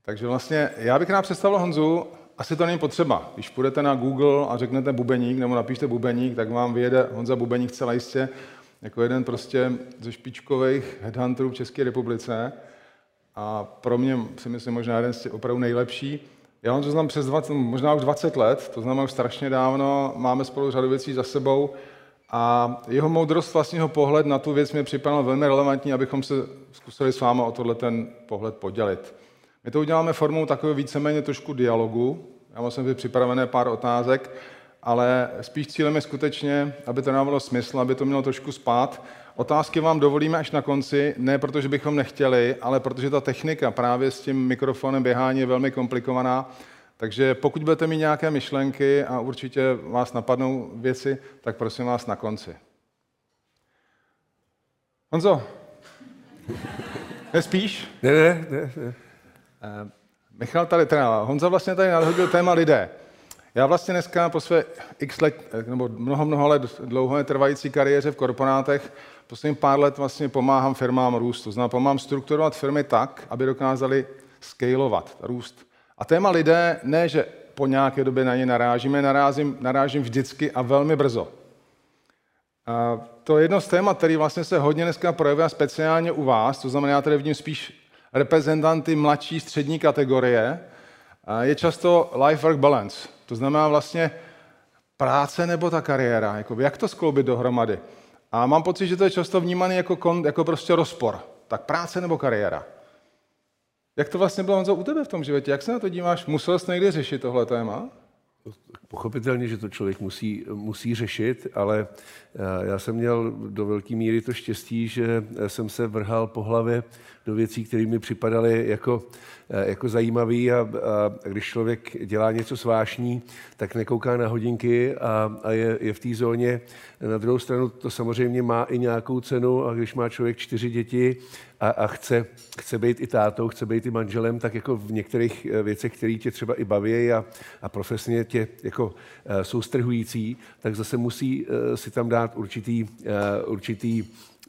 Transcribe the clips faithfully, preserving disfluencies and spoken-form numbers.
Takže vlastně já bych rád představil Honzu, asi to není potřeba. Když půjdete na Google a řeknete bubeník, nebo napíšte bubeník, tak vám vyjede Honza Bubeník zcela jistě jako jeden prostě ze špičkových headhunterů v České republice. A pro mě si myslím možná jeden z těch opravdu nejlepší. Já Honzu znám přes dvacet, možná už dvacet let, to znamená už strašně dávno, máme spolu řadu věcí za sebou a jeho moudrost, vlastně jeho pohled na tu věc mi připadal velmi relevantní, abychom se zkusili s vámi o tohle ten pohled podělit. My to uděláme formou takového víceméně trošku dialogu. Já mám jsem připravené pár otázek, ale spíš cílem je skutečně, aby to dávalo smysl, aby to mělo trošku spát. Otázky vám dovolíme až na konci, ne protože bychom nechtěli, ale protože ta technika právě s tím mikrofonem běhání je velmi komplikovaná. Takže pokud budete mít nějaké myšlenky a určitě vás napadnou věci, tak prosím vás na konci. Honzo, nespíš? Ne, ne, ne. ne. Uh, Michal tady, teda, Honza vlastně tady nadhodil téma lidé. Já vlastně dneska po své x let, nebo mnoho, mnoho let dlouho trvající kariéře v korporátech, posledním pár let vlastně pomáhám firmám růst. To znamená, pomáhám strukturovat firmy tak, aby dokázali scalovat, růst. A téma lidé, ne, že po nějaké době na ně narážíme, narážím, narážím vždycky a velmi brzo. A to je jedno z témat, který vlastně se hodně dneska projevuje speciálně u vás, to znamená, já tady vidím spíš reprezentanty mladší střední kategorie, je často life-work balance. To znamená vlastně práce nebo ta kariéra, jako jak to skloubit dohromady. A mám pocit, že to je často vnímané jako, kon, jako prostě rozpor. Tak práce nebo kariéra. Jak to vlastně bylo, Honzo, u tebe v tom životě? Jak se na to díváš? Musel jsi někdy řešit tohle téma? Pochopitelně, že to člověk musí, musí řešit, ale já jsem měl do velké míry to štěstí, že jsem se vrhal po hlavě do věcí, které mi připadaly jako, jako zajímavé a, a když člověk dělá něco zvláštní, tak nekouká na hodinky a, a je, je v té zóně. Na druhou stranu to samozřejmě má i nějakou cenu a když má člověk čtyři děti a, a chce, chce být i tátou, chce být i manželem, tak jako v některých věcech, které tě třeba i baví a, a profesně tě jako jsou strhující, tak zase musí si tam dát určitý, určitý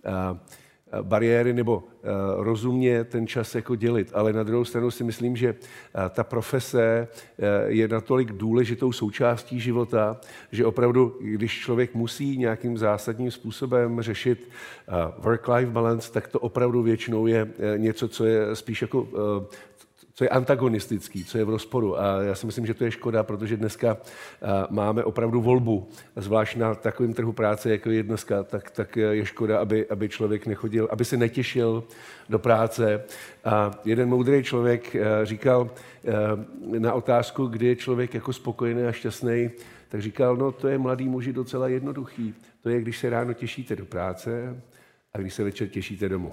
bariéry nebo rozumně ten čas jako dělit. Ale na druhou stranu si myslím, že ta profese je natolik důležitou součástí života, že opravdu, když člověk musí nějakým zásadním způsobem řešit work-life balance, tak to opravdu většinou je něco, co je spíš jako co je antagonistický, co je v rozporu. A já si myslím, že to je škoda, protože dneska máme opravdu volbu, zvlášť na takovém trhu práce, jako je dneska, tak, tak je škoda, aby, aby člověk nechodil, aby se netěšil do práce. A jeden moudrý člověk říkal na otázku, kdy je člověk jako spokojený a šťastný, tak říkal, no to je mladý muži docela jednoduchý. To je, když se ráno těšíte do práce a když se večer těšíte domů.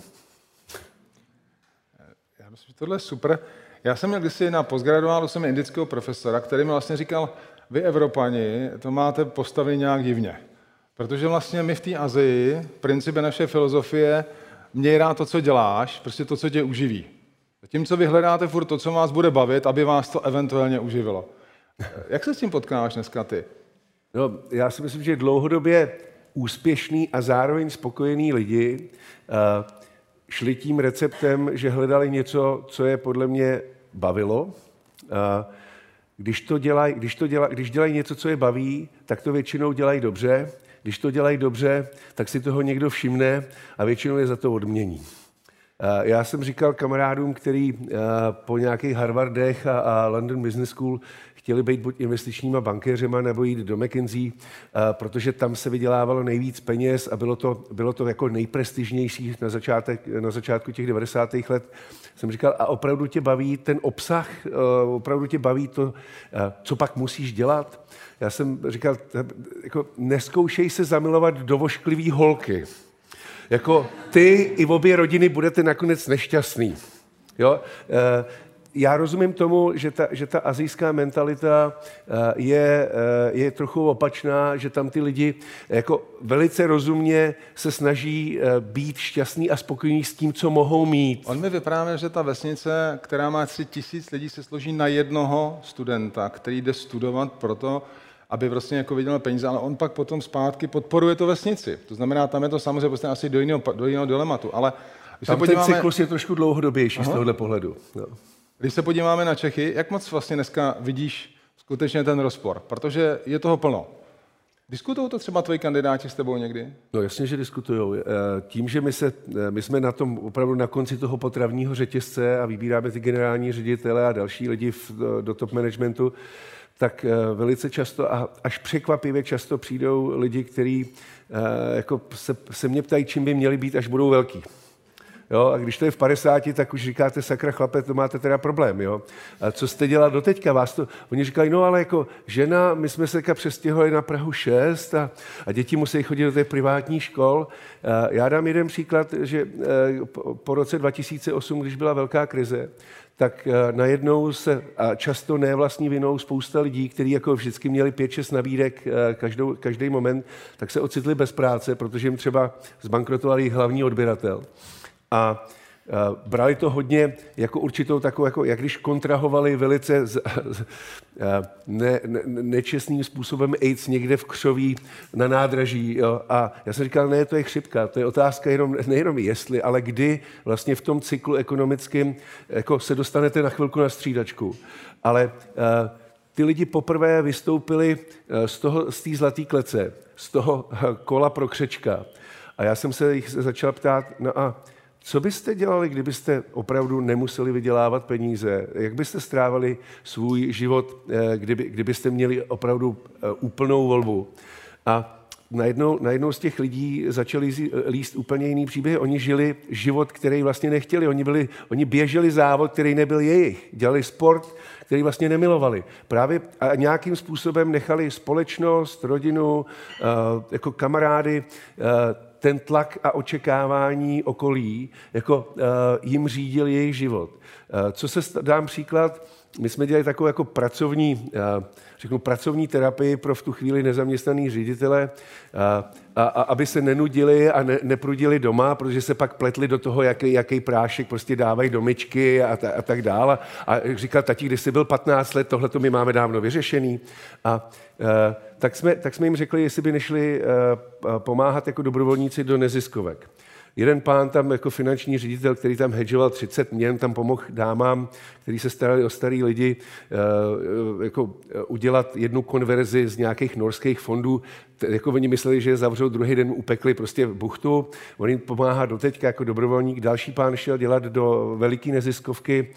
Já myslím, že tohle je super. Já jsem měl kdysi na postgraduálu jsem indického profesora, který mi vlastně říkal, vy Evropani to máte postavit nějak divně. Protože vlastně my v té Asii, principy naše filozofie, měj rád to, co děláš, prostě to, co tě uživí. Zatímco vy hledáte furt to, co vás bude bavit, aby vás to eventuálně uživilo. Jak se s tím potkáváš dneska ty? No, já si myslím, že dlouhodobě úspěšný a zároveň spokojený lidi uh, šli tím receptem, že hledali něco, co je podle mě bavilo. Když, to dělaj, když, to dělaj, když dělají něco, co je baví, tak to většinou dělají dobře. Když to dělají dobře, tak si toho někdo všimne a většinou je za to odmění. Já jsem říkal kamarádům, který po nějakých Harvardech a London Business School chtěli být buď investičníma bankéřema nebo jít do McKinsey, protože tam se vydělávalo nejvíc peněz a bylo to, bylo to jako nejprestižnější na, začátek, na začátku těch devadesátých let. Jsem říkal, a opravdu tě baví ten obsah, opravdu tě baví to, co pak musíš dělat? Já jsem říkal, jako neskoušej se zamilovat do vošklivý holky. Jako ty i obě rodiny budete nakonec nešťastný. Jo? Já rozumím tomu, že ta, že ta asijská mentalita je, je trochu opačná, že tam ty lidi jako velice rozumně se snaží být šťastní a spokojení s tím, co mohou mít. On mi vyprávěl, že ta vesnice, která má tři tisíc lidí, se složí na jednoho studenta, který jde studovat proto, aby vlastně jako vydělal peníze, ale on pak potom zpátky podporuje to vesnici. To znamená, tam je to samozřejmě prostě asi do jiného, do jiného dilematu, ale tam ten podíváme... cyklus je trošku dlouhodobější. Aha. Z tohohle pohledu. No. Když se podíváme na Čechy, jak moc vlastně dneska vidíš skutečně ten rozpor? Protože je toho plno. Diskutují to třeba tvoji kandidáti s tebou někdy? No jasně, že diskutují. Tím, že my, se, my jsme na tom opravdu na konci toho potravního řetězce a vybíráme ty generální ředitele a další lidi v, do top managementu, tak velice často a až překvapivě často přijdou lidi, kteří jako se, se mě ptají, čím by měli být, až budou velký. Jo, a když to je v padesáti, tak už říkáte, sakra chlape, to máte teda problém. Jo? A co jste dělal doteďka? Vás to... Oni říkají, no ale jako žena, my jsme se přestěhovali na Prahu šest a, a děti musí chodit do té privátní škol. A já dám jeden příklad, že po, po roce dva tisíce osm, když byla velká krize, tak najednou se, a často ne vlastní vinou, spousta lidí, kteří jako vždycky měli pět, šest nabídek každou, každý moment, tak se ocitli bez práce, protože jim třeba zbankrotoval jejich hlavní odběratel. A brali to hodně jako určitou takovou, jako, jak když kontrahovali velice z, z, ne, ne, nečestným způsobem AIDS někde v křoví na nádraží. Jo. A já jsem říkal, ne, to je chřipka, to je otázka jenom, nejenom jestli, ale kdy vlastně v tom cyklu ekonomickém jako se dostanete na chvilku na střídačku. Ale ty lidi poprvé vystoupili z toho, z té zlaté klece, z toho kola pro křečka. A já jsem se jich začal ptát, no a co byste dělali, kdybyste opravdu nemuseli vydělávat peníze? Jak byste strávali svůj život, kdyby, kdybyste měli opravdu úplnou volbu? A najednou, najednou z těch lidí začali líst úplně jiný příběhy. Oni žili život, který vlastně nechtěli. Oni, byli, oni běželi závod, který nebyl jejich. Dělali sport, který vlastně nemilovali. Právě a nějakým způsobem nechali společnost, rodinu, jako kamarády, ten tlak a očekávání okolí, jako uh, jim řídil jejich život. Uh, co se dám příklad, my jsme dělali takovou jako pracovní, uh, řeknu, pracovní terapii pro v tu chvíli nezaměstnaný ředitele, uh, a, a aby se nenudili a ne, neprudili doma, protože se pak pletli do toho, jaký, jaký prášek prostě dávají do myčky a, ta, a tak dále. A říkal, tati, když jsi byl patnáct let, tohle to my máme dávno vyřešený. A uh, tak, jsme, tak jsme jim řekli, jestli by nešli uh, pomáhat jako dobrovolníci do neziskovek. Jeden pán tam jako finanční ředitel, který tam hedžoval třicet měn, tam pomohl dámám, který se starali o starý lidi, jako udělat jednu konverzi z nějakých norských fondů. Jako oni mysleli, že je zavřou, druhý den upekli prostě buchtu. On jim pomáhá doteďka jako dobrovolník. Další pán šel dělat do veliké neziskovky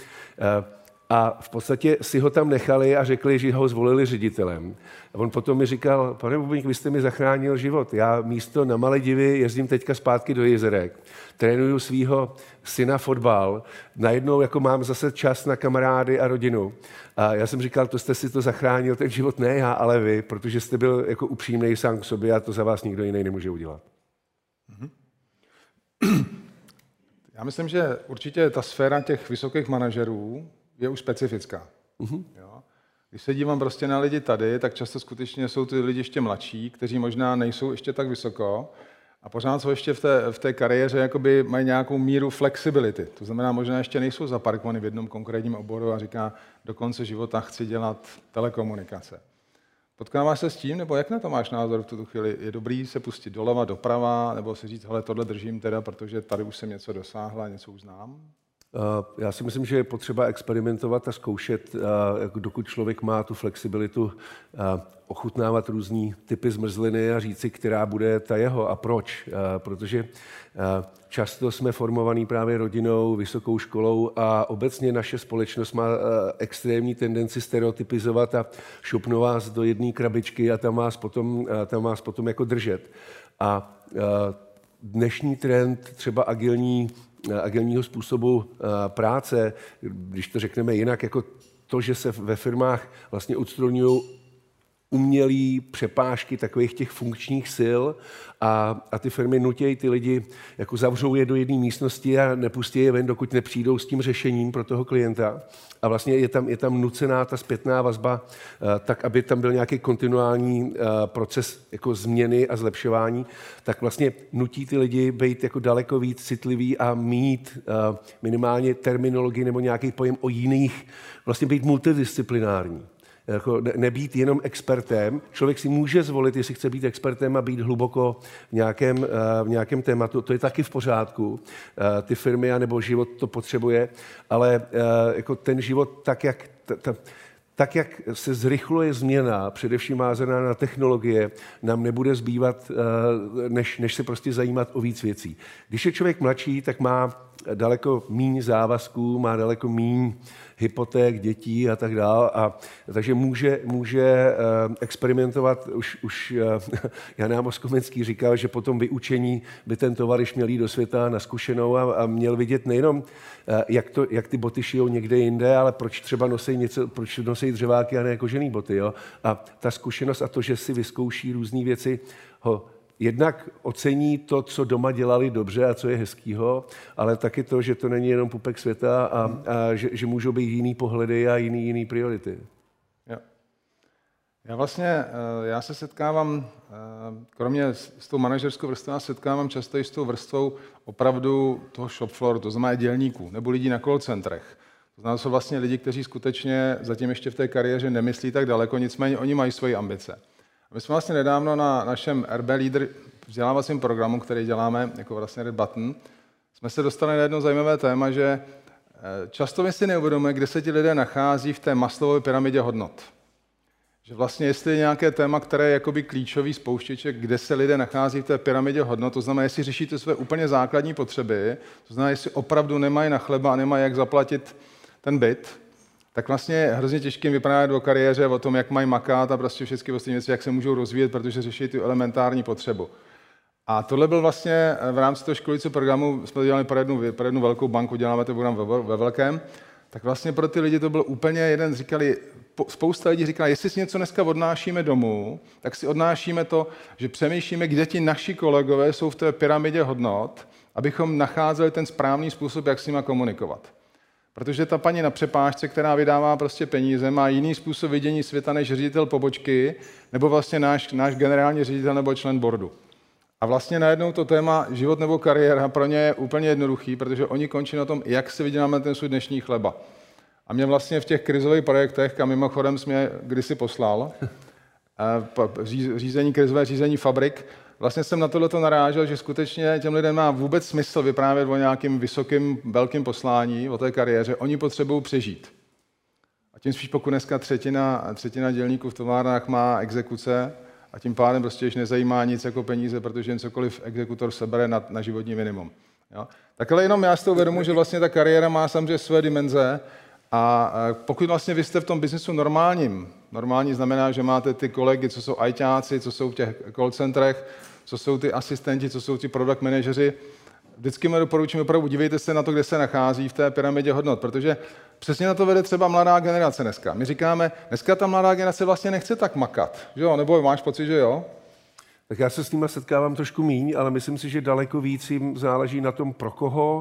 a v podstatě si ho tam nechali a řekli, že ho zvolili ředitelem. A on potom mi říkal, pane Bubeník, vy jste mi zachránil život. Já místo na Maledivy jezdím teďka zpátky do Jezerek. Trénuju svýho syna fotbal. Najednou jako mám zase čas na kamarády a rodinu. A já jsem říkal, to jste si to zachránil, ten život ne já, ale vy, protože jste byl jako upřímnej sám k sobě a to za vás nikdo jiný nemůže udělat. Já myslím, že určitě ta sféra těch vysokých manažerů je už specifická. Uh-huh. Jo? Když se dívám prostě na lidi tady, tak často skutečně jsou ty lidi ještě mladší, kteří možná nejsou ještě tak vysoko a pořád jsou ještě v té, v té kariéře, jakoby mají nějakou míru flexibility. To znamená, možná ještě nejsou zaparkovaní v jednom konkrétním oboru a říká, do konce života chci dělat telekomunikace. Potkáváš se s tím, nebo jak na to máš názor v tuto chvíli? Je dobrý se pustit doleva, doprava, nebo si říct, hele, tohle držím teda, protože tady už jsem něco dosáhla, něco už znám? Já si myslím, že je potřeba experimentovat a zkoušet, dokud člověk má tu flexibilitu, ochutnávat různý typy zmrzliny a říci, která bude ta jeho a proč. Protože často jsme formovaní právě rodinou, vysokou školou a obecně naše společnost má extrémní tendenci stereotypizovat a šupnout vás do jedné krabičky a tam vás potom, tam vás potom jako držet. A dnešní trend, třeba agilní agilního způsobu práce, když to řekneme jinak, jako to, že se ve firmách vlastně odstraňují umělý přepážky takových těch funkčních sil a, a ty firmy nutějí ty lidi, jako zavřou je do jedné místnosti a nepustí je ven, dokud nepřijdou s tím řešením pro toho klienta. A vlastně je tam, je tam nucená ta zpětná vazba, tak, aby tam byl nějaký kontinuální proces jako změny a zlepšování, tak vlastně nutí ty lidi být jako daleko víc citlivý a mít minimálně terminologii nebo nějaký pojem o jiných, vlastně být multidisciplinární. jako nebýt jenom expertem. Člověk si může zvolit, jestli chce být expertem a být hluboko v nějakém, v nějakém tématu. To je taky v pořádku. Ty firmy nebo život to potřebuje, ale jako ten život tak, jak ta, ta, tak, jak se zrychluje změna, především vázaná na technologie, nám nebude zbývat, než, než se prostě zajímat o víc věcí. Když je člověk mladší, tak má daleko míň závazků, má daleko míň hypoték, dětí a tak dále. A takže může, může experimentovat. Už, už Jan Amos Komenský říkal, že po tom vyučení by ten tovaryš měl jít do světa na zkušenou a, a měl vidět nejenom, jak, to, jak ty boty šijou někde jinde, ale proč třeba nosí něco, proč nosí dřeváky a ne kožený boty. Jo? A ta zkušenost a to, že si vyzkouší různé věci, ho jednak ocení to, co doma dělali dobře a co je hezkýho, ale taky to, že to není jenom pupek světa a, a že, že můžou být jiný pohledy a jiný, jiný priority. Jo. Já vlastně, já se setkávám, kromě s tou manažerskou vrstvou, setkávám často i s tou vrstvou opravdu toho shop floor, to znamená dělníků, nebo lidí na call centrech. To znamená, jsou vlastně lidi, kteří skutečně zatím ještě v té kariéře nemyslí tak daleko, nicméně oni mají svoje ambice. My jsme vlastně nedávno na našem R B Leader vzdělávacím programu, který děláme jako vlastně Red Button, jsme se dostali na jedno zajímavé téma, že často my si neuvědomujeme, kde se ti lidé nachází v té Maslowově pyramidě hodnot. Že vlastně jestli je nějaké téma, které je jakoby klíčový spouštěček, kde se lidé nachází v té pyramidě hodnot, to znamená, jestli řešíte své úplně základní potřeby, to znamená, jestli opravdu nemají na chleba a nemají jak zaplatit ten byt, tak vlastně je hrozně těžké vyprávět o kariéře, o tom, jak mají makat a prostě všechny ostatní věci, jak se můžou rozvíjet, protože řeší tu elementární potřebu. A tohle byl vlastně v rámci toho školicího programu, jsme to dělali pro jednu, pro jednu velkou banku, děláme to program ve, ve velkém, tak vlastně pro ty lidi to byl úplně jeden, říkali, spousta lidí říkala, jestli si něco dneska odnášíme domů, tak si odnášíme to, že přemýšlíme, kde ti naši kolegové jsou v té pyramidě hodnot, abychom nacházeli ten správný způsob, jak s nimi komunikovat. Protože ta paní na přepážce, která vydává prostě peníze, má jiný způsob vidění světa než ředitel pobočky, nebo vlastně náš, náš generální ředitel nebo člen boardu. A vlastně najednou to téma život nebo kariéra pro ně je úplně jednoduchý, protože oni končí na tom, jak si vyděláme ten svůj dnešní chleba. A mě vlastně v těch krizových projektech, kam mimochodem jsem mě kdysi poslal, řízení krizové řízení fabrik, vlastně jsem na tohleto narážel, že skutečně těm lidem má vůbec smysl vyprávět o nějakým vysokým, velkým poslání, o té kariéře. Oni potřebují přežít. A tím spíš pokud dneska třetina, třetina dělníků v továrnách má exekuce a tím pádem prostě již nezajímá nic jako peníze, protože jen cokoliv exekutor sebere na, na životní minimum. Jo? Tak ale jenom já si to uvědomuji, že vlastně ta kariéra má samozřejmě své dimenze a pokud vlastně vy jste v tom biznesu normálním, normální znamená, že máte ty kolegy, co jsou ajťáci, co jsou v těch call centrech, co jsou ty asistenti, co jsou ti product manažeři, vždycky mi doporučím opravdu, dívejte se na to, kde se nachází v té pyramidě hodnot, protože přesně na to vede třeba mladá generace dneska. My říkáme, dneska ta mladá generace vlastně nechce tak makat, že jo? Nebo máš pocit, že jo? Tak já se s nima setkávám trošku míň, ale myslím si, že daleko víc jim záleží na tom, pro koho,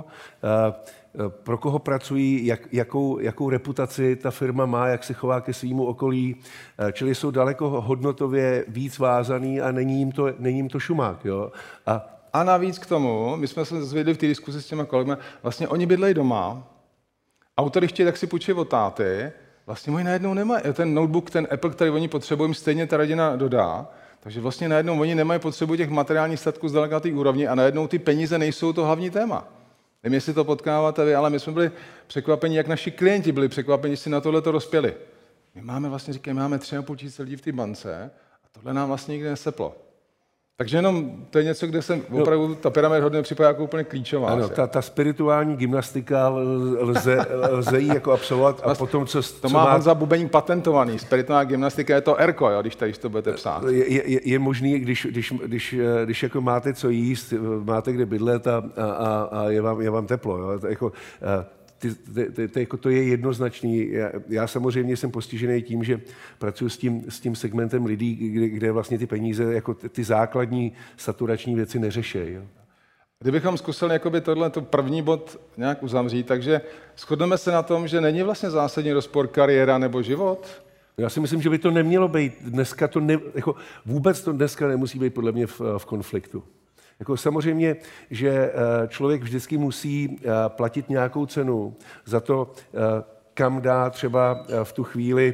pro koho pracují, jak, jakou, jakou reputaci ta firma má, jak se chová ke svýmu okolí. Čili jsou daleko hodnotově víc vázaný a není jim to, není jim to šumák. Jo? A, a navíc k tomu, my jsme se zvěděli v té diskusi s těma kolegy, vlastně oni bydlejí doma, autory chtějí, tak si půjčí od táty, vlastně oni najednou nemají, ten notebook, ten Apple, který oni potřebují, stejně ta rodina dodá. Takže vlastně najednou oni nemají potřebu těch materiálních statků z daleké úrovni a najednou ty peníze nejsou to hlavní téma. Nevím, jestli to potkáváte vy, ale my jsme byli překvapeni, jak naši klienti byli překvapeni, že si na tohle to rozpěli. My máme vlastně, říkají, máme tři a půl tisíce lidí v té bance a tohle nám vlastně nikdy neseplo. Takže jenom to je něco, kde se opravdu ta pyramida hodně připadá jako úplně klíčová. Ano, ta, ta spirituální gymnastika lze, lze jí jako absolvovat a potom, co... To má Honza Bubeník patentovaný. Spirituální gymnastika je to erko, jo, když tady to budete psát. Je, je, je možný, když, když, když, když jako máte co jíst, máte kde bydlet a, a, a je, vám, je vám teplo. Jo, to, jako, Ty, ty, ty, jako to je jednoznačný. Já, já samozřejmě jsem postižený tím, že pracuji s tím, s tím segmentem lidí, kde, kde vlastně ty peníze, jako ty, ty základní saturační věci neřeší. Jo. Kdybychom zkusili jakoby tohle to první bod nějak uzavřít, takže shodneme se na tom, že není vlastně zásadní rozpor kariéra nebo život? Já si myslím, že by to nemělo být. Dneska to ne, jako vůbec to dneska nemusí být podle mě v, v konfliktu. Jako samozřejmě, že člověk vždycky musí platit nějakou cenu za to, kam dá třeba v tu chvíli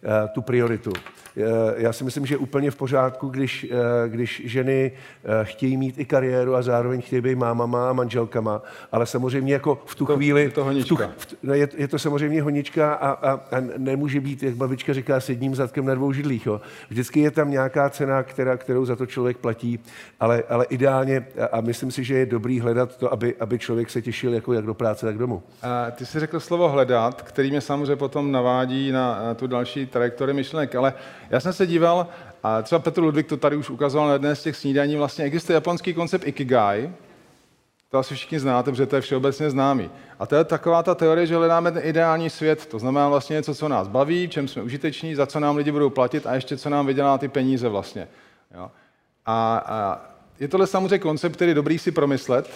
tu prioritu. Já si myslím, že je úplně v pořádku, když, když ženy chtějí mít i kariéru a zároveň chtějí být mámama a manželkama, ale samozřejmě jako v tu to, chvíli... Je to honička. V tu, no je, je to samozřejmě honička a, a, a nemůže být, jak babička říká, s jedním zadkem na dvou židlích. Jo. Vždycky je tam nějaká cena, která, kterou za to člověk platí, ale, ale ideálně, a myslím si, že je dobrý hledat to, aby, aby člověk se těšil jako jak do práce, tak domů. A ty jsi řekl slovo hledat, který mě samozřejmě potom navádí na, na tu další trajektorii myšlenek, ale já jsem se díval, a třeba Petr Ludvík to tady už ukazoval na jedné z těch snídaní, vlastně existuje japonský koncept Ikigai, to asi všichni znáte, protože to je všeobecně známý. A to je taková ta teorie, že hledáme ten ideální svět, to znamená vlastně něco, co nás baví, v čem jsme užiteční, za co nám lidi budou platit a ještě co nám vydělá ty peníze vlastně. Jo? A, a je tohle samozřejmě koncept, který je dobrý si promyslet,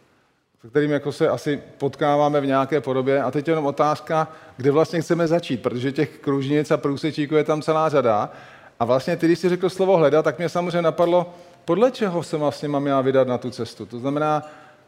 s kterým jako se asi potkáváme v nějaké podobě. A teď je jenom otázka, kde vlastně chceme začít, protože těch kružnic a průsečíků je tam celá řada. A vlastně ty, když jsi řekl slovo hledat, tak mě samozřejmě napadlo, podle čeho se vlastně mám já vydat na tu cestu. To znamená,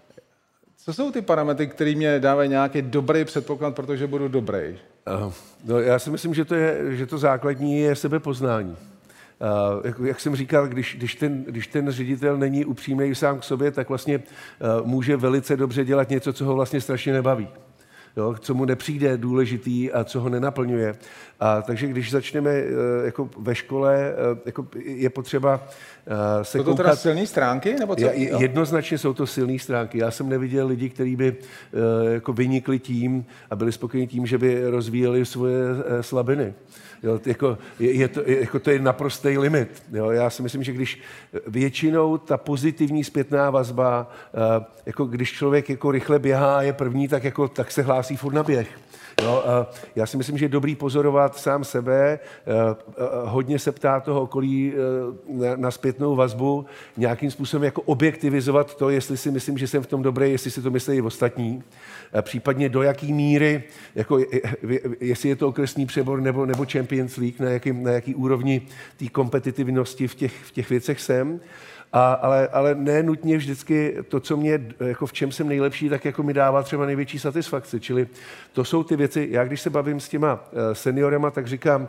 co jsou ty parametry, které mě dávají nějaký dobrý předpoklad, protože budu dobrý? Uh, no, já si myslím, že to, je, že to základní je sebepoznání. Uh, jak, jak jsem říkal, když, když, ten, když ten ředitel není upřímný sám k sobě, tak vlastně uh, může velice dobře dělat něco, co ho vlastně strašně nebaví. Jo, co mu nepřijde důležitý a co ho nenaplňuje. A takže když začneme uh, jako ve škole, uh, jako je potřeba uh, se jsou to koukat... teda silné stránky? Nebo co? Je, jednoznačně jsou to silné stránky. Já jsem neviděl lidi, kteří by uh, jako vynikli tím a byli spokojeni tím, že by rozvíjeli svoje uh, slabiny. Jo, jako, je, je to, je, jako to je naprostý limit. Jo. Já si myslím, že když většinou ta pozitivní zpětná vazba, uh, jako když člověk jako rychle běhá a je první, tak, jako, tak se hlásí furt na běh. Jo, uh, já si myslím, že je dobrý pozorovat sám sebe, uh, uh, hodně se ptát toho okolí uh, na, na zpětnou vazbu, nějakým způsobem jako objektivizovat to, jestli si myslím, že jsem v tom dobrý, jestli si to myslí i ostatní. Uh, případně do jaký míry, jako, jestli je to okresní přebor nebo, nebo Champions League, na jaký, na jaký úrovni té kompetitivnosti v těch, v těch věcech jsem. A, ale, ale ne nutně vždycky to, co mě, jako v čem jsem nejlepší, tak jako mi dává třeba největší satisfakci. Čili to jsou ty věci, já když se bavím s těma seniorema, tak říkám,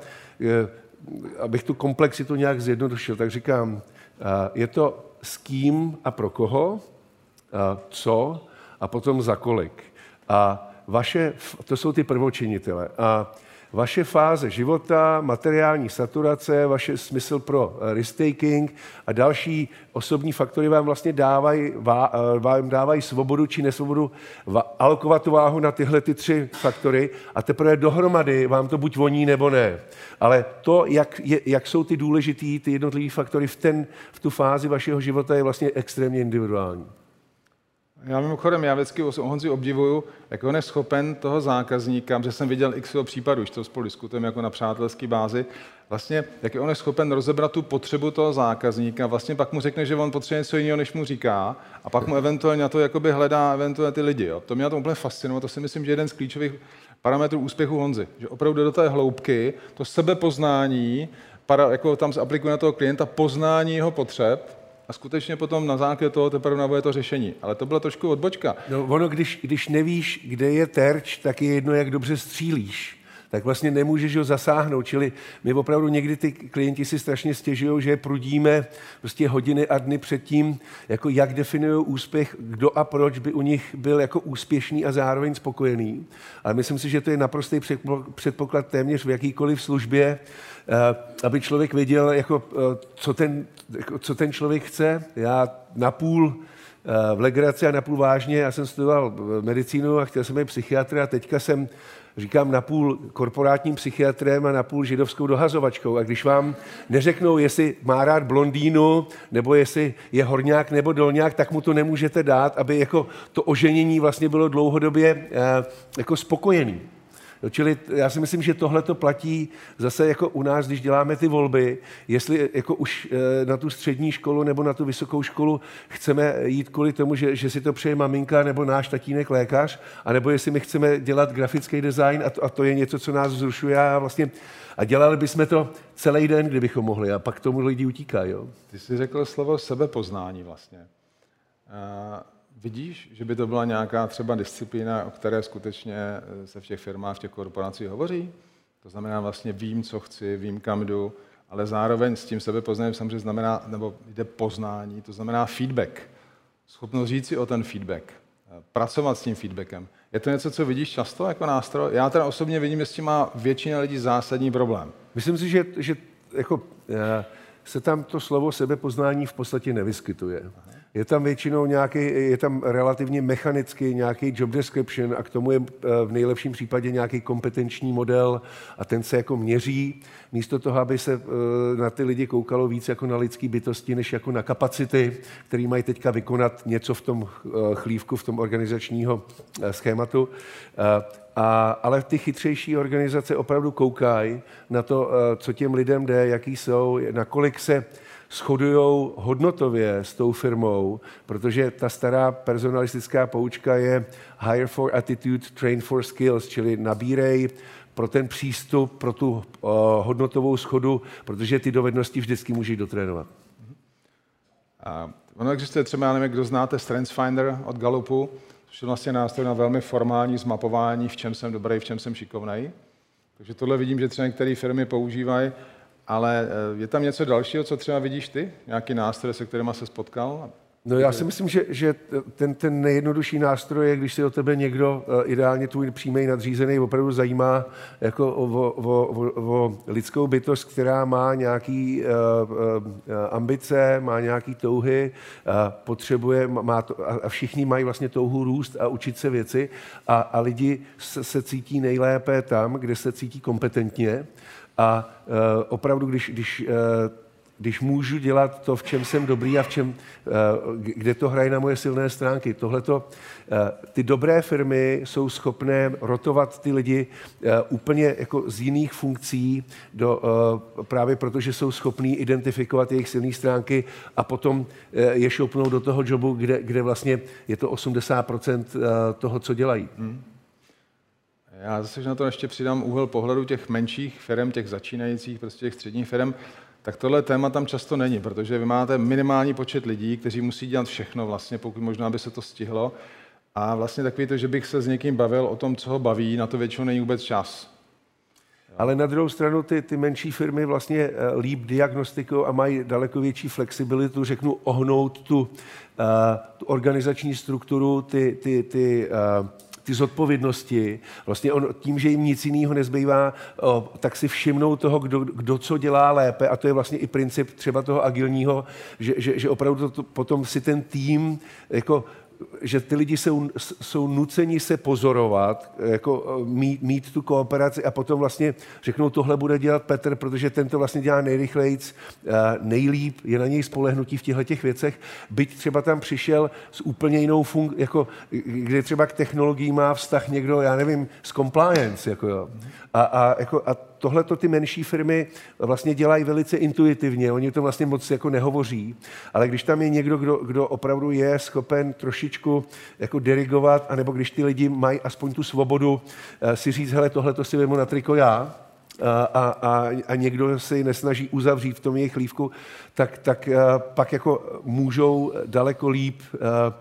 abych tu komplexitu nějak zjednodušil, tak říkám, je to s kým a pro koho, co a potom za kolik. A vaše, to jsou ty prvočinitele. A vaše fáze života, materiální saturace, vaše smysl pro risk-taking a další osobní faktory vám vlastně dávají, vám dávají svobodu či nesvobodu alokovat tu váhu na tyhle ty tři faktory a teprve dohromady vám to buď voní nebo ne. Ale to, jak, je, jak jsou ty důležitý, ty jednotlivé faktory v, ten, v tu fázi vašeho života, je vlastně extrémně individuální. Já mimochodem, já vždycky Honzi obdivuju, jak on je schopen toho zákazníka, protože jsem viděl x případů, už to spolu diskutujeme jako na přátelské bázi, vlastně, jak je on je schopen rozebrat tu potřebu toho zákazníka, vlastně pak mu řekne, že on potřebuje něco jiného, než mu říká, a pak mu eventuálně na to jakoby hledá eventuálně ty lidi. Jo. To mě to úplně fascinuje, to si myslím, že je jeden z klíčových parametrů úspěchu Honzy, že opravdu do té hloubky, to sebepoznání, para, jako tam se aplikuje na toho klienta, poznání jeho potřeb, a skutečně potom na základě toho teprve nabuje to řešení. Ale to byla trošku odbočka. No ono, když, když nevíš, kde je terč, tak je jedno, jak dobře střílíš. Tak vlastně nemůžeš ho zasáhnout. Čili my opravdu někdy ty klienti si strašně stěžují, že prudíme prostě hodiny a dny předtím, jako jak definují úspěch, kdo a proč by u nich byl jako úspěšný a zároveň spokojený. Ale myslím si, že to je naprostý předpoklad téměř v jakýkoliv službě, aby člověk věděl, jako, co, ten, jako, co ten člověk chce. Já napůl v legraci a napůl vážně, já jsem studoval medicínu a chtěl jsem být psychiatr a teďka jsem, říkám, napůl korporátním psychiatrem a napůl židovskou dohazovačkou. A když vám neřeknou, jestli má rád blondýnu, nebo jestli je horňák nebo dolňák, tak mu to nemůžete dát, aby jako to oženění vlastně bylo dlouhodobě jako spokojený. No, čili já si myslím, že tohle to platí zase jako u nás, když děláme ty volby, jestli jako už na tu střední školu nebo na tu vysokou školu chceme jít kvůli tomu, že, že si to přeje maminka nebo náš tatínek lékař, anebo jestli my chceme dělat grafický design a to, a to je něco, co nás vzrušuje a vlastně a dělali bychom to celý den, kdybychom mohli a pak tomu lidi utíkají. Jo? Ty jsi řekl slovo sebepoznání vlastně. Uh... Vidíš, že by to byla nějaká třeba disciplína, o které skutečně se v těch firmách, v těch korporacích hovoří? To znamená vlastně vím, co chci, vím, kam jdu, ale zároveň s tím sebepoznaním samozřejmě znamená, nebo jde poznání, to znamená feedback. Schopnost říct si o ten feedback, pracovat s tím feedbackem. Je to něco, co vidíš často jako nástroj? Já teda osobně vidím, že s tím má většina lidí zásadní problém. Myslím si, že, že jako, se tam to slovo sebepoznání v podstatě nevyskytuje. Je tam většinou nějaký, je tam relativně mechanicky nějaký job description a k tomu je v nejlepším případě nějaký kompetenční model a ten se jako měří. Místo toho, aby se na ty lidi koukalo víc jako na lidský bytosti, než jako na kapacity, které mají teďka vykonat něco v tom chlívku, v tom organizačního schématu. A, ale ty chytřejší organizace opravdu koukají na to, co těm lidem jde, jaký jsou, nakolik se shodujou hodnotově s tou firmou, protože ta stará personalistická poučka je hire for attitude, train for skills, čili nabírej pro ten přístup, pro tu uh, hodnotovou shodu, protože ty dovednosti vždycky můžeš dotrénovat. A ono existuje třeba, já nevím, kdo znáte StrengthsFinder od Gallupu, což je vlastně nástroj na velmi formální zmapování, v čem jsem dobrý, v čem jsem šikovnej. Takže tohle vidím, že třeba některé firmy používají, ale je tam něco dalšího, co třeba vidíš ty? Nějaký nástroj, se kterýma se spotkal? No já si myslím, že, že ten, ten nejjednodušší nástroj je, když si o tebe někdo, ideálně tvůj přímý nadřízený, opravdu zajímá jako o, o, o, o lidskou bytost, která má nějaký uh, uh, ambice, má nějaký touhy, uh, potřebuje, má to, a všichni mají vlastně touhu růst a učit se věci a, a lidi se, se cítí nejlépe tam, kde se cítí kompetentně a uh, opravdu, když, když uh, když můžu dělat to, v čem jsem dobrý a v čem, kde to hraje na moje silné stránky. Tohleto, ty dobré firmy jsou schopné rotovat ty lidi úplně jako z jiných funkcí, do, právě protože jsou schopní identifikovat jejich silné stránky a potom je šoupnou do toho jobu, kde, kde vlastně je to osmdesát procent toho, co dělají. Hmm. Já zase na to ještě přidám úhel pohledu těch menších firm, těch začínajících, prostě těch středních firm. Tak tohle téma tam často není, protože vy máte minimální počet lidí, kteří musí dělat všechno vlastně, pokud možná by se to stihlo. A vlastně takový to, že bych se s někým bavil o tom, co ho baví, na to většinou není vůbec čas. Ale na druhou stranu ty, ty menší firmy vlastně líp diagnostikují a mají daleko větší flexibilitu, řeknu, ohnout tu, uh, tu organizační strukturu, ty, ty, ty uh, ty zodpovědnosti. Vlastně on, tím, že jim nic jiného nezbývá, o, tak si všimnou toho, kdo, kdo co dělá lépe a to je vlastně i princip třeba toho agilního, že, že, že opravdu to, to, potom si ten tým jako že ty lidi jsou, jsou nuceni se pozorovat, jako mít, mít tu kooperaci a potom vlastně řeknou, tohle bude dělat Petr, protože ten to vlastně dělá nejrychlejc, nejlíp, je na něj spolehnutí v těchto těch věcech, byť třeba tam přišel s úplně jinou funkcí, jako, kde třeba k technologií má vztah někdo, já nevím, z compliance. Jako jo. A, a, jako, a tohle to ty menší firmy vlastně dělají velice intuitivně, oni to vlastně moc jako nehovoří, ale když tam je někdo, kdo, kdo opravdu je schopen trošičku jako dirigovat, anebo když ty lidi mají aspoň tu svobodu uh, si říct, hele, tohle to si vemu na triko já, a, a, a někdo se ji nesnaží uzavřít v tom jejich lívku, tak, tak uh, pak jako můžou daleko líp uh,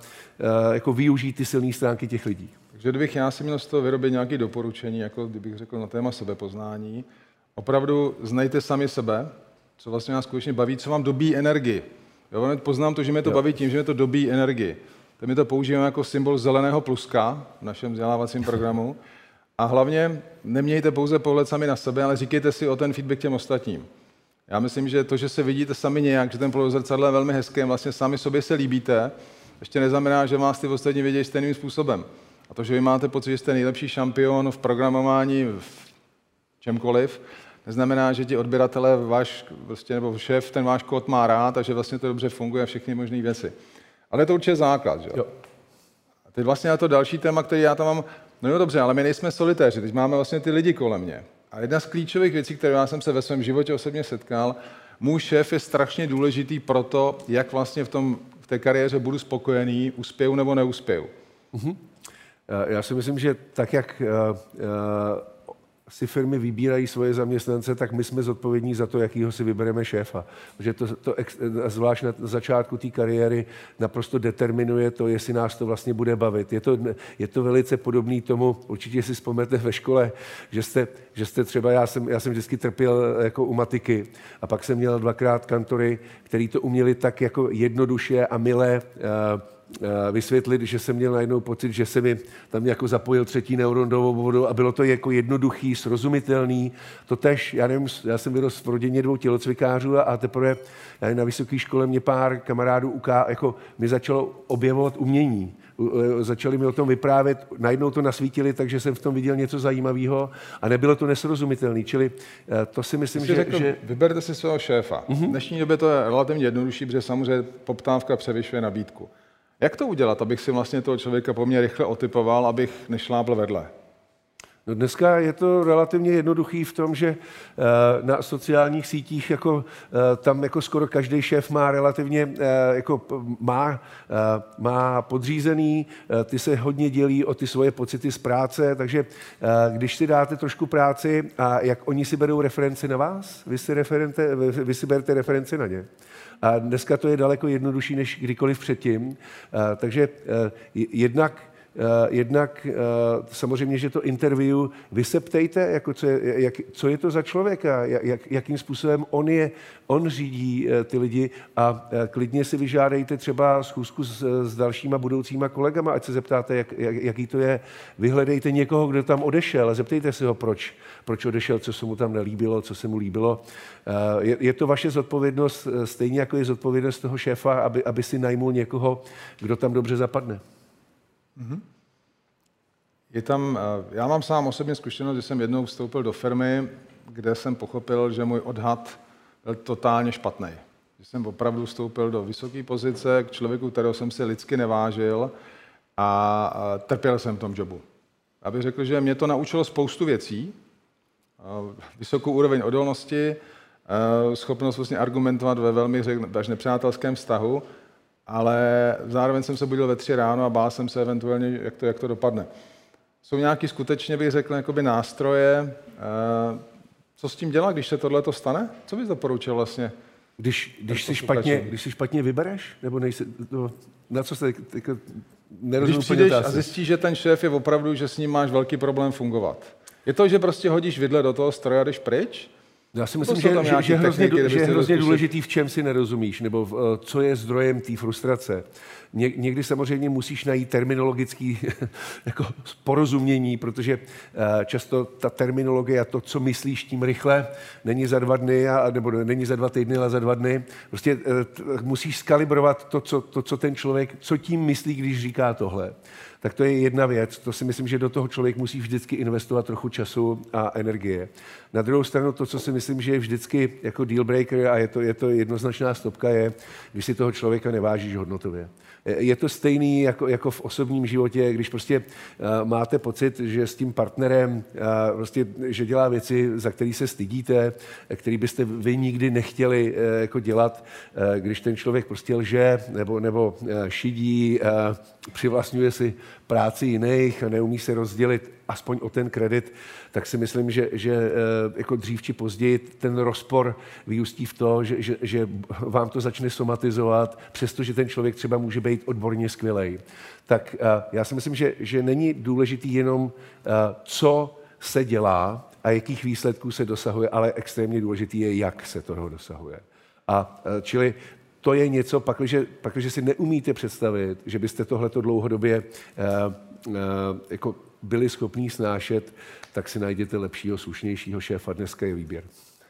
uh, jako využít ty silné stránky těch lidí. Takže kdybych já si měl z toho vyrobit nějaké doporučení, jako kdybych řekl na téma sebepoznání, opravdu znejte sami sebe, co vlastně nás skutečně baví, co vám dobíjí energii. Jo, poznám to, že mě to jo. baví tím, že mě to dobíjí energii. Tak my to používáme jako symbol zeleného pluska v našem vzdělávacím programu. A hlavně nemějte pouze pohled sami na sebe, ale říkejte si o ten feedback těm ostatním. Já myslím, že to, že se vidíte sami nějak, že ten pohled zrcadlo je velmi hezký, vlastně sami sobě se líbíte, ještě neznamená, že vás ty ostatní vidějí stejným způsobem. A to, že vy máte pocit, že jste nejlepší šampion v programování, v čemkoliv, neznamená, že ti odběratele, váš prostě, nebo šéf, ten váš kód má rád, takže vlastně to dobře funguje a všechny možné věci. Ale je to určitě základ, že jo? A teď vlastně na to další téma, který já tam mám, no jo dobře, ale my nejsme solitéři, teď máme vlastně ty lidi kolem mě. A jedna z klíčových věcí, které já jsem se ve svém životě osobně setkal, můj šéf je strašně důležitý pro to, jak vlastně v, tom, v té kariéře budu spokojený, uspěju nebo neuspěju. Mm-hmm. Já si myslím, že tak, jak si firmy vybírají svoje zaměstnance, tak my jsme zodpovědní za to, jakýho si vybereme šéfa. Protože to, to zvlášť na začátku té kariéry naprosto determinuje to, jestli nás to vlastně bude bavit. Je to, je to velice podobný tomu, určitě si vzpomenete ve škole, že jste, že jste třeba, já jsem, já jsem vždycky trpěl jako u matiky a pak jsem měl dvakrát kantory, který to uměli tak jako jednoduše a milé vysvětlit, že jsem měl najednou pocit, že se mi tam jako zapojil třetí neuron do obvodu a bylo to jako jednoduchý, srozumitelný. To tež, já nevím, já jsem vyrostl v rodině dvou tělocvikářů a, a teprve na vysoké škole mě pár kamarádů uká, jako mi začalo objevovat umění. Začali mi o tom vyprávět, najednou to nasvítili, takže jsem v tom viděl něco zajímavého a nebylo to nesrozumitelné. Čili to si myslím, že, řekl, že... Vyberte si svého šéfa. Mm-hmm. V dnešní době to je relativně jednodušší, protože samozřejmě poptávka převyšuje nabídku. Jak to udělat, abych si vlastně toho člověka poměrně rychle otypoval, abych nešlápl vedle? No dneska je to relativně jednoduchý v tom, že na sociálních sítích jako, tam jako skoro každý šéf má relativně jako má, má podřízený, ty se hodně dělí o ty svoje pocity z práce, takže když si dáte trošku práci a jak oni si berou referenci na vás, vy si, referente, vy si berete referenci na ně. A dneska to je daleko jednodušší než kdykoliv předtím, takže jednak Uh, jednak uh, samozřejmě, že to interview vy se ptejte, jako co, je, jak, co je to za člověka, jak, jakým způsobem on je, on řídí uh, ty lidi a uh, klidně si vyžádejte třeba schůzku s, s dalšíma budoucíma kolegama, ať se zeptáte, jak, jak, jaký to je. Vyhledejte někoho, kdo tam odešel a zeptejte se ho, proč, proč odešel, co se mu tam nelíbilo, co se mu líbilo. Uh, je, je to vaše zodpovědnost, stejně jako je zodpovědnost toho šéfa, aby, aby si najmul někoho, kdo tam dobře zapadne. Mm-hmm. Je tam, já mám sám osobně zkušenost, že jsem jednou vstoupil do firmy, kde jsem pochopil, že můj odhad byl totálně špatný. Že jsem opravdu vstoupil do vysoké pozice k člověku, kterého jsem si lidsky nevážil a trpěl jsem v tom jobu. Já bych řekl, že mě to naučilo spoustu věcí, vysokou úroveň odolnosti, schopnost vlastně argumentovat ve velmi až nepřátelském vztahu, ale zároveň jsem se budil ve tři ráno a bál jsem se eventuálně, jak to, jak to dopadne. Jsou nějaký skutečně, bych řekl, jakoby nástroje, co s tím dělat, když se tohle to stane? Co bys doporučil vlastně? Když, když, si špatně, když si špatně vybereš? Nebo nejsi, no, na co se jako, nerozumím. Když přijdeš a zjistíš, že ten šéf je opravdu, že s ním máš velký problém fungovat. Je to, že prostě hodíš vidle do toho stroje a jdeš pryč? Já si myslím, že, že, že, hrozně, techniky, že je hrozně důležitý, v čem si nerozumíš, nebo v, co je zdrojem té frustrace. Ně, někdy samozřejmě musíš najít terminologický jako porozumění, protože často ta terminologie a to, co myslíš tím rychle, není za dva dny, a, nebo není za dva týdny, ale za dva dny. Prostě musíš skalibrovat to co, to, co ten člověk, co tím myslí, když říká tohle. Tak to je jedna věc. To si myslím, že do toho člověk musí vždycky investovat trochu času a energie. Na druhou stranu to, co si myslím, že je vždycky jako deal breaker a je to, je to jednoznačná stopka, je, když si toho člověka nevážíš hodnotově. Je to stejný jako, jako v osobním životě, když prostě uh, máte pocit, že s tím partnerem, uh, prostě, že dělá věci, za které se stydíte, které byste vy nikdy nechtěli uh, jako dělat, uh, když ten člověk prostě lže nebo, nebo uh, šidí, uh, přivlastňuje si práci jiných a neumí se rozdělit aspoň o ten kredit, tak si myslím, že, že jako dřív či později ten rozpor vyústí v to, že, že, že vám to začne somatizovat, přestože ten člověk třeba může být odborně skvělej. Tak já si myslím, že, že není důležitý jenom, co se dělá a jakých výsledků se dosahuje, ale extrémně důležitý je, jak se toho dosahuje. A čili to je něco, pakliže, pakliže si neumíte představit, že byste tohleto dlouhodobě uh, uh, jako byli schopní snášet, tak si najděte lepšího, slušnějšího šéfa. Dneska je výběr.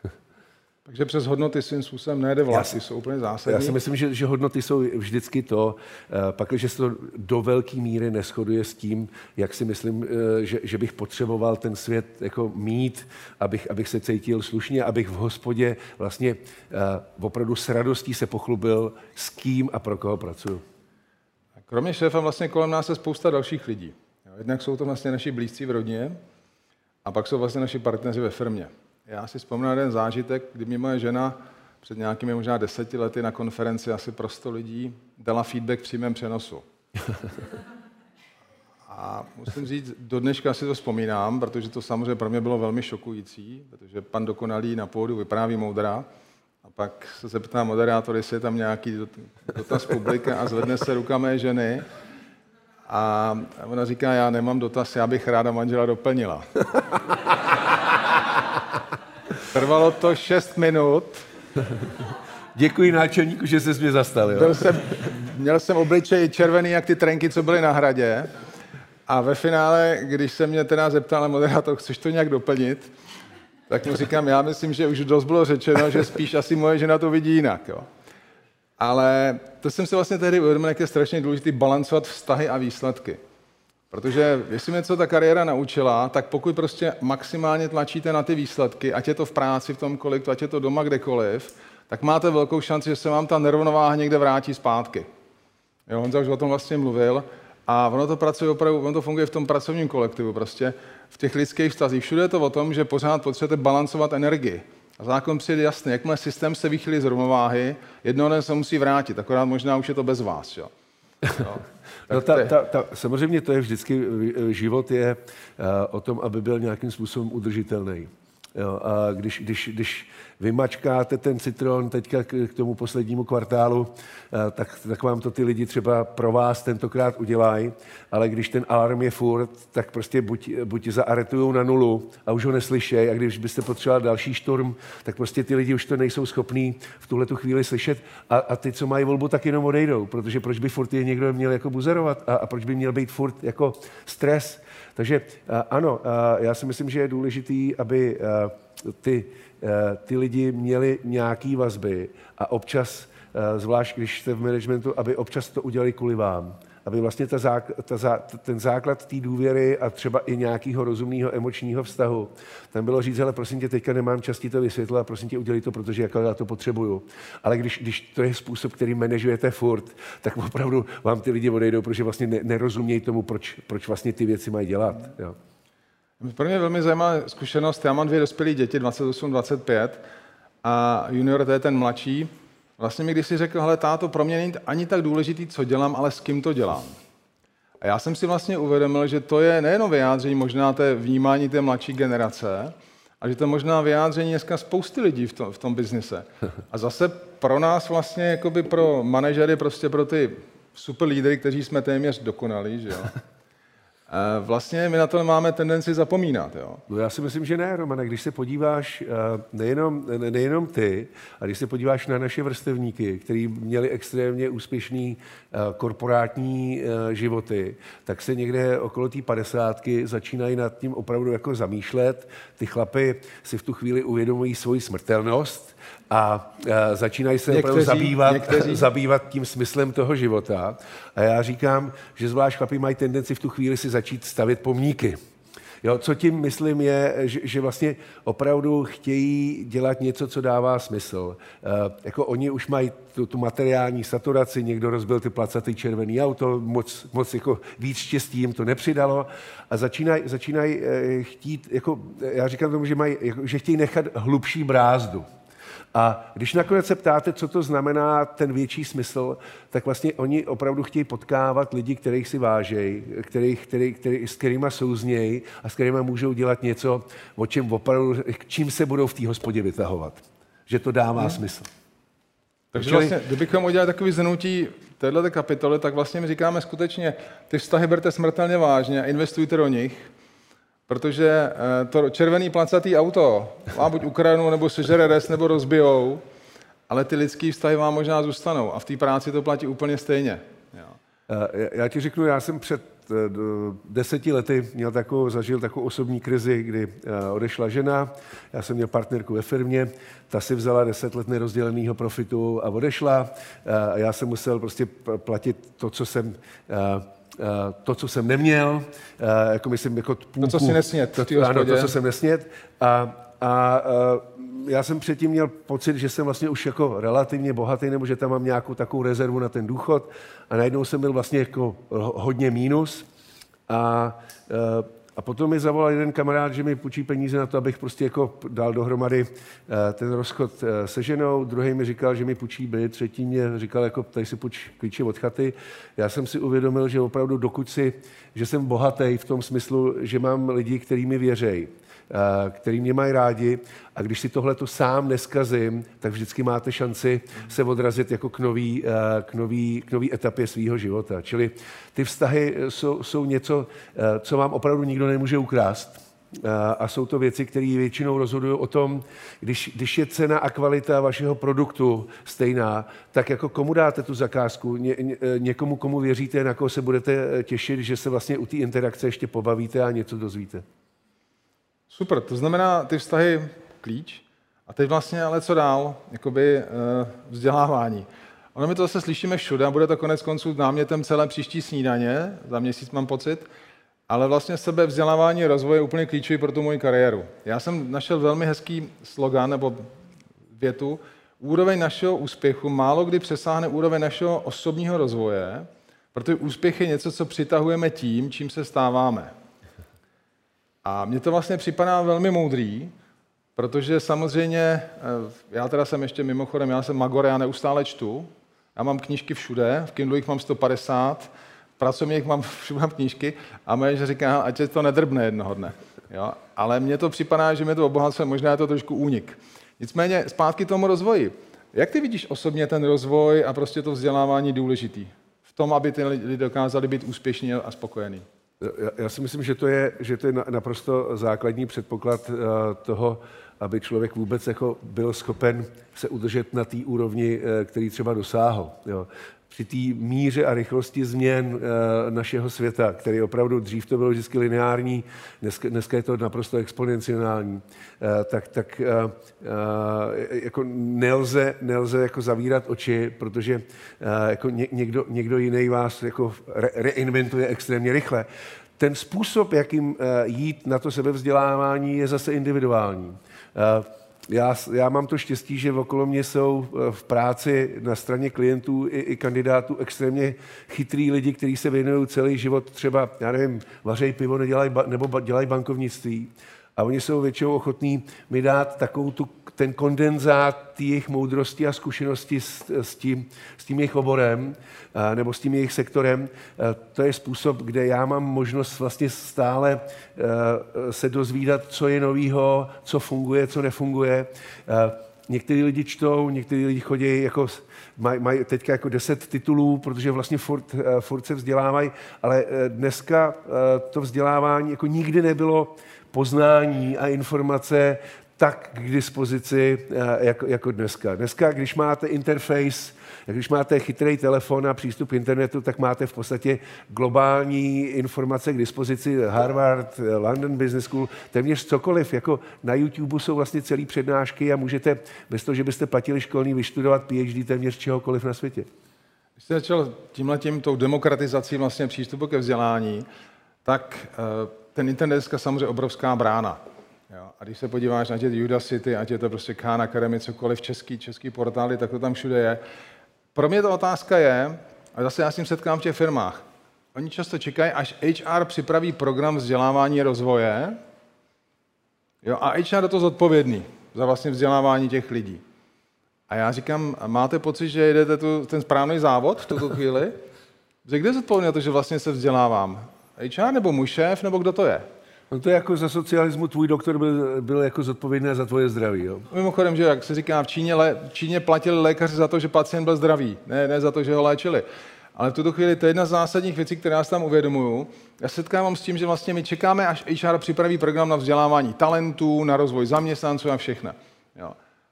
Takže přes hodnoty svým způsobem nejde vlak, ty jsou úplně zásadní. Já si myslím, že, že hodnoty jsou vždycky to, pakliže se to do velké míry neshoduje s tím, jak si myslím, že, že bych potřeboval ten svět jako mít, abych, abych se cítil slušně, abych v hospodě vlastně opravdu s radostí se pochlubil, s kým a pro koho pracuju. Kromě šéfa vlastně kolem nás je spousta dalších lidí. Jednak jsou to vlastně naši blízcí v rodině a pak jsou vlastně naši partneři ve firmě. Já si vzpomínám jeden zážitek, kdy mi moje žena před nějakými možná deseti lety na konferenci asi pro sto lidí dala feedback v přímém přenosu. A A musím říct, do dneška si to vzpomínám, protože to samozřejmě pro mě bylo velmi šokující, protože pan Dokonalý na pódu vypráví moudra a pak se zeptá moderátor, jestli je tam nějaký dotaz publika a zvedne se ruka mé ženy a ona říká, já nemám dotaz, já bych ráda manžela doplnila. Trvalo to šest minut. Děkuji náčelníku, že ses mě zastal. Jo? Byl jsem, měl jsem obličej červený, jak ty trenky, co byly na Hradě. A ve finále, když se mě teda zeptal moderátor, chceš to nějak doplnit, tak mu říkám, já myslím, že už dost bylo řečeno, že spíš asi moje žena to vidí jinak. Jo. Ale to jsem si vlastně tehdy uvědomil, jak je strašně důležité balancovat vztahy a výsledky. Protože jestli mě něco ta kariéra naučila, tak pokud prostě maximálně tlačíte na ty výsledky, ať je to v práci, v tom kolektu, ať je to doma, kdekoliv, tak máte velkou šanci, že se vám ta nerovnováha někde vrátí zpátky. Jo, Honza už o tom vlastně mluvil. A ono to pracuje opravdu, ono to funguje v tom pracovním kolektivu, prostě v těch lidských vztazích. Všude je to o tom, že pořád potřebujete balancovat energii. A zákon přijde jasný, jakmile systém se vychýlí z rovnováhy, jednoho dne se musí vrátit, akorát možná už je to bez vás. Jo. Jo. No ta, ta, ta, samozřejmě to je vždycky, život je uh, o tom, aby byl nějakým způsobem udržitelný. Jo, a když, když, když vymačkáte ten citron teďka k, k tomu poslednímu kvartálu, tak, tak vám to ty lidi třeba pro vás tentokrát udělají, ale když ten alarm je furt, tak prostě buď, buď zaaretujou na nulu a už ho neslyšejí, a když byste potřebovali další šturm, tak prostě ty lidi už to nejsou schopní v tuhletu chvíli slyšet a, a ty, co mají volbu, tak jenom odejdou, protože proč by furt je někdo měl jako buzerovat a, a proč by měl být furt jako stres. Takže ano, já si myslím, že je důležitý, aby ty, ty lidi měli nějaký vazby a občas, zvlášť když jste v managementu, aby občas to udělali kvůli vám. Aby vlastně ta zák, ta, ten základ té důvěry a třeba i nějakého rozumného emočního vztahu, tam bylo říct, hele, prosím tě, teďka nemám čas ti to vysvětlit, prosím tě, udělej to, protože jako já to potřebuju. Ale když, když to je způsob, který manažujete furt, tak opravdu vám ty lidi odejdou, protože vlastně ne, nerozumějí tomu, proč, proč vlastně ty věci mají dělat. Jo. Pro mě velmi zajímavá zkušenost. Já mám dvě dospělé děti, dvacet osm, dvacet pět, a junior, to je ten mladší. Vlastně mi když si řekl, hele, táto, pro mě není ani tak důležitý, co dělám, ale s kým to dělám. A já jsem si vlastně uvědomil, že to je nejenom vyjádření možná té vnímání té mladší generace, a že to je možná vyjádření dneska spousty lidí v tom, v tom biznise. A zase pro nás vlastně, jakoby pro manažery, prostě pro ty super lídry, kteří jsme téměř dokonalí, že jo. Vlastně my na to máme tendenci zapomínat. Jo? No já si myslím, že ne, Romane. Když se podíváš, nejenom, nejenom ty, a když se podíváš na naše vrstevníky, kteří měli extrémně úspěšný korporátní životy, tak se někde okolo té padesátky začínají nad tím opravdu jako zamýšlet. Ty chlapy si v tu chvíli uvědomují svoji smrtelnost a začínají se někteří, opravdu zabývat, někteří. zabývat tím smyslem toho života. A já říkám, že zvlášť chlapi mají tendenci v tu chvíli si začít stavět pomníky. Jo, co tím myslím je, že, že vlastně opravdu chtějí dělat něco, co dává smysl. E, jako oni už mají tu, tu materiální saturaci, někdo rozbil ty placatý červený auto, moc, moc jako víc štěstí jim to nepřidalo a začínají začínaj chtít, jako, já říkám tomu, že, mají, jako, že chtějí nechat hlubší brázdu. A když nakonec se ptáte, co to znamená ten větší smysl, tak vlastně oni opravdu chtějí potkávat lidi, kterých si vážejí, kterých, který, který, s kterýma souznějí a s kterýma můžou dělat něco, o čem opravdu, k čím se budou v té hospodě vytahovat. Že to dává hmm. smysl. Takže vlastně, kdybychom udělali takový zhrnutí této kapitoly, tak vlastně my říkáme skutečně, ty vztahy berte smrtelně vážně a investujte do nich, protože to červený placatý auto vám buď ukradnou, nebo sežere res, nebo rozbijou, ale ty lidský vztahy vám možná zůstanou a v té práci to platí úplně stejně. Jo. Já ti řeknu, já jsem před deseti lety měl takovou, zažil takovou osobní krizi, kdy odešla žena, já jsem měl partnerku ve firmě, ta si vzala deset let nerozděleného profitu a odešla. A já jsem musel prostě platit to, co jsem to, co jsem neměl, jako myslím, jako půlku. To, co si nesnět. To, ano, to, co jsem nesnět. A, a já jsem předtím měl pocit, že jsem vlastně už jako relativně bohatý, nebo že tam mám nějakou takovou rezervu na ten důchod. A najednou jsem byl vlastně jako hodně mínus. A A potom mi zavolal jeden kamarád, že mi půjčí peníze na to, abych prostě jako dal dohromady ten rozchod se ženou. Druhý mi říkal, že mi půjčí byt, třetí mě říkal, jako tady si půjč klíče od chaty. Já jsem si uvědomil, že opravdu dokud si, že jsem bohatý v tom smyslu, že mám lidi, kteří mi věřejí, který mě mají rádi, a když si tohleto sám neskazím, tak vždycky máte šanci se odrazit jako k nový, k nový, k nový etapě svého života. Čili ty vztahy jsou, jsou něco, co vám opravdu nikdo nemůže ukrást. A jsou to věci, které většinou rozhodují o tom, když, když je cena a kvalita vašeho produktu stejná, tak jako komu dáte tu zakázku, ně, ně, někomu, komu věříte, na koho se budete těšit, že se vlastně u té interakce ještě pobavíte a něco dozvíte. Super, to znamená ty vztahy klíč. A teď vlastně ale co dál? Jakoby vzdělávání. Ono my to zase slyšíme všude a bude to konec konců námětem celé příští snídaně, za měsíc mám pocit, ale vlastně sebevzdělávání a rozvoj je úplně klíčový pro tu moji kariéru. Já jsem našel velmi hezký slogan nebo větu. Úroveň našeho úspěchu málo kdy přesáhne úroveň našeho osobního rozvoje, protože úspěch je něco, co přitahujeme tím, čím se stáváme. A mně to vlastně připadá velmi moudrý, protože samozřejmě, já teda jsem ještě mimochodem, já jsem magor, já neustále čtu, já mám knížky všude, v Kindlu jich mám sto padesát, v pracovních mám všude mám knížky a manažer říká, ať je to nedrbne jednoho dne. Jo? Ale mně to připadá, že mě to obohacuje, možná je to trošku únik. Nicméně zpátky tomu rozvoji. Jak ty vidíš osobně ten rozvoj a prostě to vzdělávání důležitý v tom, aby ty lidi dokázali být úspěšní a spokojení? Já si myslím, že to je, že to je naprosto základní předpoklad toho, aby člověk vůbec jako byl schopen se udržet na té úrovni, který třeba dosáhl. Jo. Při té míře a rychlosti změn našeho světa, který opravdu dřív to bylo vždycky lineární, dneska, dneska je to naprosto exponenciální, tak, tak jako nelze, nelze jako zavírat oči, protože jako někdo, někdo jiný vás jako re, reinventuje extrémně rychle. Ten způsob, jakým jít na to sebevzdělávání, je zase individuální. Já, já mám to štěstí, že okolo mě jsou v práci na straně klientů i, i kandidátů extrémně chytrý lidi, kteří se věnují celý život třeba, já nevím, vařejí pivo nedělají, nebo dělají bankovnictví. A oni jsou většinou ochotní mi dát takovou tu, ten kondenzát té jejich moudrosti a zkušenosti s, s, tím, s tím jejich oborem a, nebo s tím jejich sektorem. A to je způsob, kde já mám možnost vlastně stále a, se dozvídat, co je novýho, co funguje, co nefunguje. A někteří lidi čtou, někteří lidi chodí, jako, mají maj teďka jako deset titulů, protože vlastně furt, furt se vzdělávají, ale dneska to vzdělávání jako nikdy nebylo poznání a informace tak k dispozici jako, jako dneska. Dneska, když máte interface, když máte chytrý telefon a přístup k internetu, tak máte v podstatě globální informace k dispozici. Harvard, London Business School, téměř cokoliv. Jako na YouTube jsou vlastně celý přednášky a můžete, bez toho, že byste platili školní, vyštudovat PhD téměř čehokoliv na světě. Když jste začal tímhletím, tou demokratizací vlastně přístupu ke vzdělání, tak ten internet je samozřejmě obrovská brána. Jo? A když se podíváš na tě Udacity, ať je to prostě Khan Academy, cokoliv, český, český portály, tak to tam všude je. Pro mě ta otázka je, a zase já s tím setkám v těch firmách, oni často čekají, až H R připraví program vzdělávání a rozvoje, jo? A H R je to zodpovědný za vlastně vzdělávání těch lidí. A já říkám, máte pocit, že jedete tu, ten správný závod v tuto chvíli? Kde je zodpovědný na to, že vlastně se vzdělávám? H R nebo můj šéf, nebo kdo to je? No to je jako za socialismu tvůj doktor byl, byl jako zodpovědný za tvoje zdraví, jo? Mimochodem, že jak se říká, v Číně, le, v Číně platili lékaři za to, že pacient byl zdravý, ne, ne za to, že ho léčili. Ale v tuto chvíli to je jedna z zásadních věcí, které já si tam uvědomuju. Já se setkávám s tím, že vlastně my čekáme, až H R připraví program na vzdělávání talentů, na rozvoj zaměstnanců a všechno. Jo.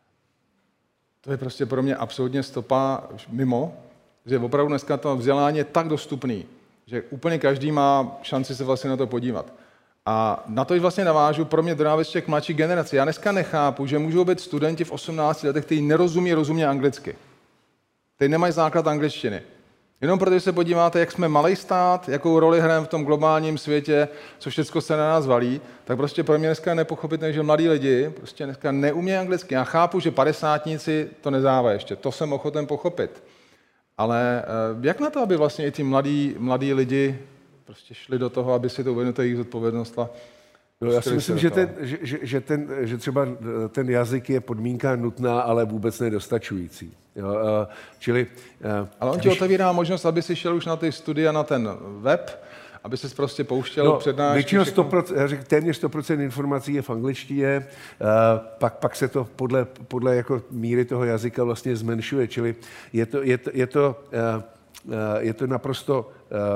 To je prostě pro mě absolutně stopa mimo, že opravdu dneska to vzdělání je tak dostupný, že úplně každý má šanci se vlastně na to podívat. A na to vlastně navážu pro mě druhá věc k mladší generaci. Já dneska nechápu, že můžou být studenti v osmnácti letech, kteří nerozumí rozumně anglicky. Kteří nemají základ angličtiny. Jenom protože se podíváte, jak jsme malý stát, jakou roli hrajeme v tom globálním světě, co všechno se na nás valí, tak prostě pro mě dneska je nepochopitelné, že mladí lidi prostě dneska neumějí anglicky. Já chápu, že padesátníci to nedává ještě, to jsem ochoten pochopit. Ale jak na to, aby vlastně i ty mladí, mladí lidi prostě šli do toho, aby si to uvědomili, to je jejich zodpovědnost. A no, já si myslím, že, ten, že, že, že, ten, že třeba ten jazyk je podmínka nutná, ale vůbec nedostačující. Jo, čili, ale on ti když... otevírá možnost, aby si šel už na ty studia, na ten web, aby se prostě pouštěl no, přednášky. Většinou sto procent, já řekl, téměř sto procent informací je v angličtině, uh, pak, pak se to podle, podle jako míry toho jazyka vlastně zmenšuje, čili je to, je to, je to, uh, je to naprosto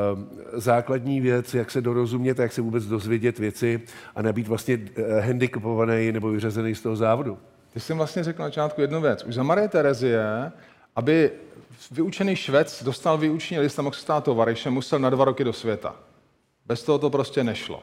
uh, základní věc, jak se dorozumět, jak se vůbec dozvědět věci a nebýt vlastně uh, handicapovaný nebo vyřazený z toho závodu. Ty jsi vlastně řekl na začátku jednu věc. Už za Marie Terezie, aby vyučený Švec dostal výuční list a mohl se stát tovaryšem, musel na dva roky do světa. Bez toho to prostě nešlo.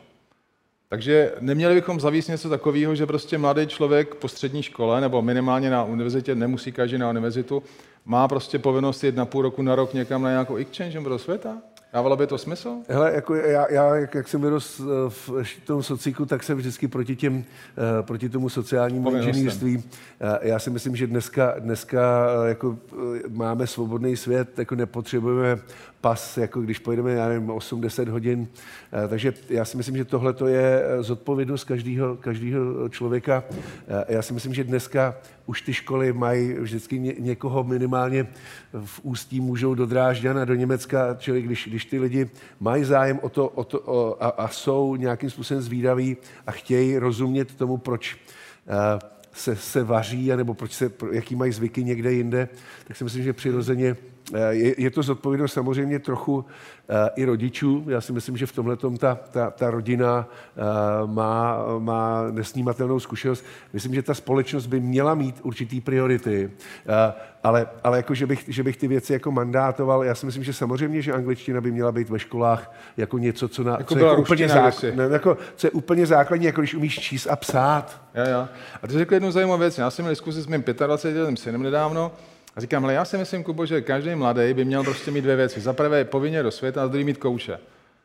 Takže neměli bychom zavíst něco takového, že prostě mladý člověk po střední škole nebo minimálně na univerzitě, nemusí každý na univerzitu, má prostě povinnost jít na půl roku, na rok někam na nějakou exchange do světa? Dávalo by to smysl? Hele, jako já, já jak, jak jsem vyrost v tom sociku, tak jsem vždycky proti, těm, proti tomu sociálnímu inženýrství. Já si myslím, že dneska, dneska jako máme svobodný svět, jako nepotřebujeme pas, jako když pojedeme, já nevím, osm deset hodin. Takže já si myslím, že tohle to je zodpovědnost každého, každého člověka. Já si myslím, že dneska už ty školy mají vždycky ně, někoho minimálně v Ústí můžou do Drážďan do Německa, čili když, když ty lidi mají zájem o to, o to o, a, a jsou nějakým způsobem zvídaví a chtějí rozumět tomu, proč uh, se, se vaří, anebo proč se, jaký mají zvyky někde jinde, tak si myslím, že přirozeně je, je to zodpovědnost samozřejmě trochu uh, i rodičů. Já si myslím, že v tomhletom ta, ta, ta rodina uh, má, má nesnímatelnou zkušenost. Myslím, že ta společnost by měla mít určitý priority, uh, ale, ale jako, že bych, že bych ty věci jako mandátoval. Já si myslím, že samozřejmě, že angličtina by měla být ve školách jako něco, co, na, jako co, jako úplně, zák, ne, jako, co je úplně základní, jako když umíš číst a psát. Ja, ja. A ty řekl jednu zajímavou věc. Já jsem měl diskuzi s mým dvacetipětiletým synem nedávno. A říkám, ale já si myslím, Kubo, že každý mladý by měl prostě mít dvě věci. Za prvé povinně do světa a za druhý mít kouče.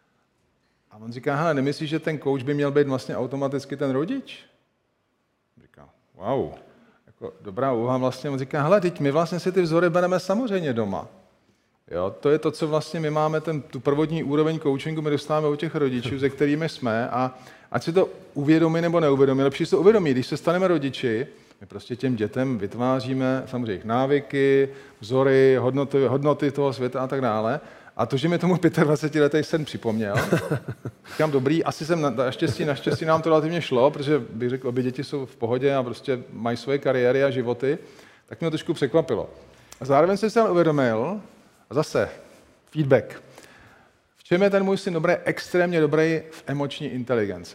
A on říká, hele, nemyslíš, že ten kouč by měl být vlastně automaticky ten rodič? Říká, wow, jako dobrá úvaha vlastně. On říká, hele, teď my vlastně si ty vzory bereme samozřejmě doma. Jo, to je to, co vlastně my máme, ten, tu prvotní úroveň coachingu, my dostáváme u těch rodičů, se kterými jsme a ať si to uvědomí nebo neuvědomí, lepší si to uvědomí, když se staneme rodiči, my prostě těm dětem vytváříme samozřejmě jejich návyky, vzory, hodnoty, hodnoty toho světa a tak dále. A to, že mi tomu dvacetiletý sen připomněl, říkám, dobrý, asi jsem naštěstí, naštěstí nám to relativně šlo, protože bych řekl, obě děti jsou v pohodě a prostě mají svoje kariéry a životy, tak mě to trošku překvapilo. A zároveň jsem se uvědomil, a zase feedback, v čem je ten můj syn dobrý, extrémně dobrý v emoční inteligenci.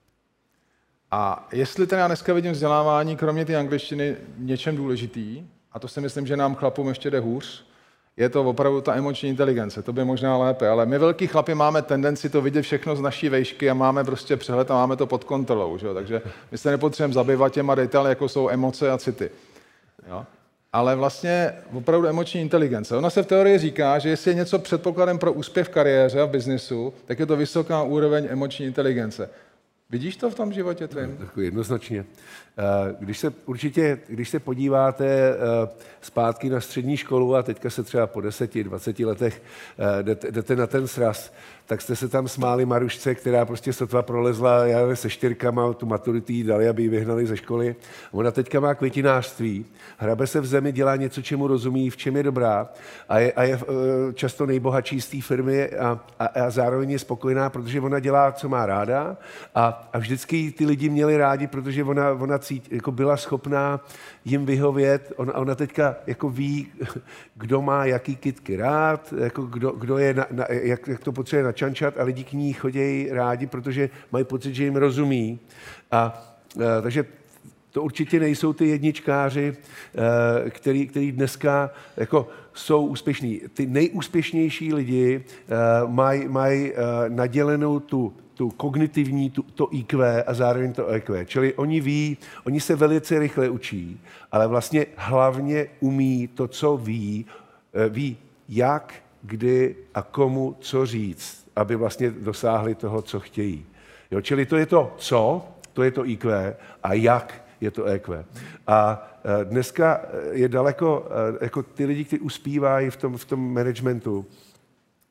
A jestli teda já dneska vidím vzdělávání, kromě té angličtiny, něčem důležitý, a to si myslím, že nám chlapům ještě jde hůř, je to opravdu ta emoční inteligence, to by možná lépe, ale my velký chlapi máme tendenci to vidět všechno z naší vejšky a máme prostě přehled a máme to pod kontrolou, že? Takže my se nepotřebujeme zabývat těma detaily, jako jsou emoce a city. Jo? Ale vlastně opravdu emoční inteligence. Ona se v teorii říká, že jestli je něco předpokladem pro úspěch v kariéře a v biznisu, tak je to vysoká úroveň emoční inteligence. Vidíš to v tom životě, Trin? Tak jednoznačně. Když se určitě, když se podíváte zpátky na střední školu a teďka se třeba po deseti, dvaceti letech jdete, jdete na ten sraz, tak jste se tam smáli Marušce, která prostě sotva prolezla, já nevím, se čtyřkama, tu maturitu jí dali, aby ji vyhnali ze školy. Ona teďka má květinářství, hrabe se v zemi, dělá něco, čemu rozumí, v čem je dobrá a je, a je často nejbohatší z té firmy a, a, a zároveň je spokojená, protože ona dělá, co má ráda a, a vždycky ty lidi měli rádi, protože ona, ona cít, jako byla schopná jim vyhovět. Ona, ona teďka jako ví, kdo má jaký kytky rád, jako kdo, kdo je na, na, jak, jak to potřebuje načančat a lidi k ní chodí rádi, protože mají pocit, že jim rozumí. A, a takže to určitě nejsou ty jedničkáři, který, který dneska jako jsou úspěšní. Ty nejúspěšnější lidi mají maj nadělenou tu tu kognitivní, tu, to í kvé a zároveň to é kvé. Čili oni ví, oni se velice rychle učí, ale vlastně hlavně umí to, co ví, ví jak, kdy a komu co říct, aby vlastně dosáhli toho, co chtějí. Jo, čili to je to co, to je to í kvé a jak je to é kvé. A dneska je daleko, jako ty lidi, kteří uspívají v tom, v tom managementu,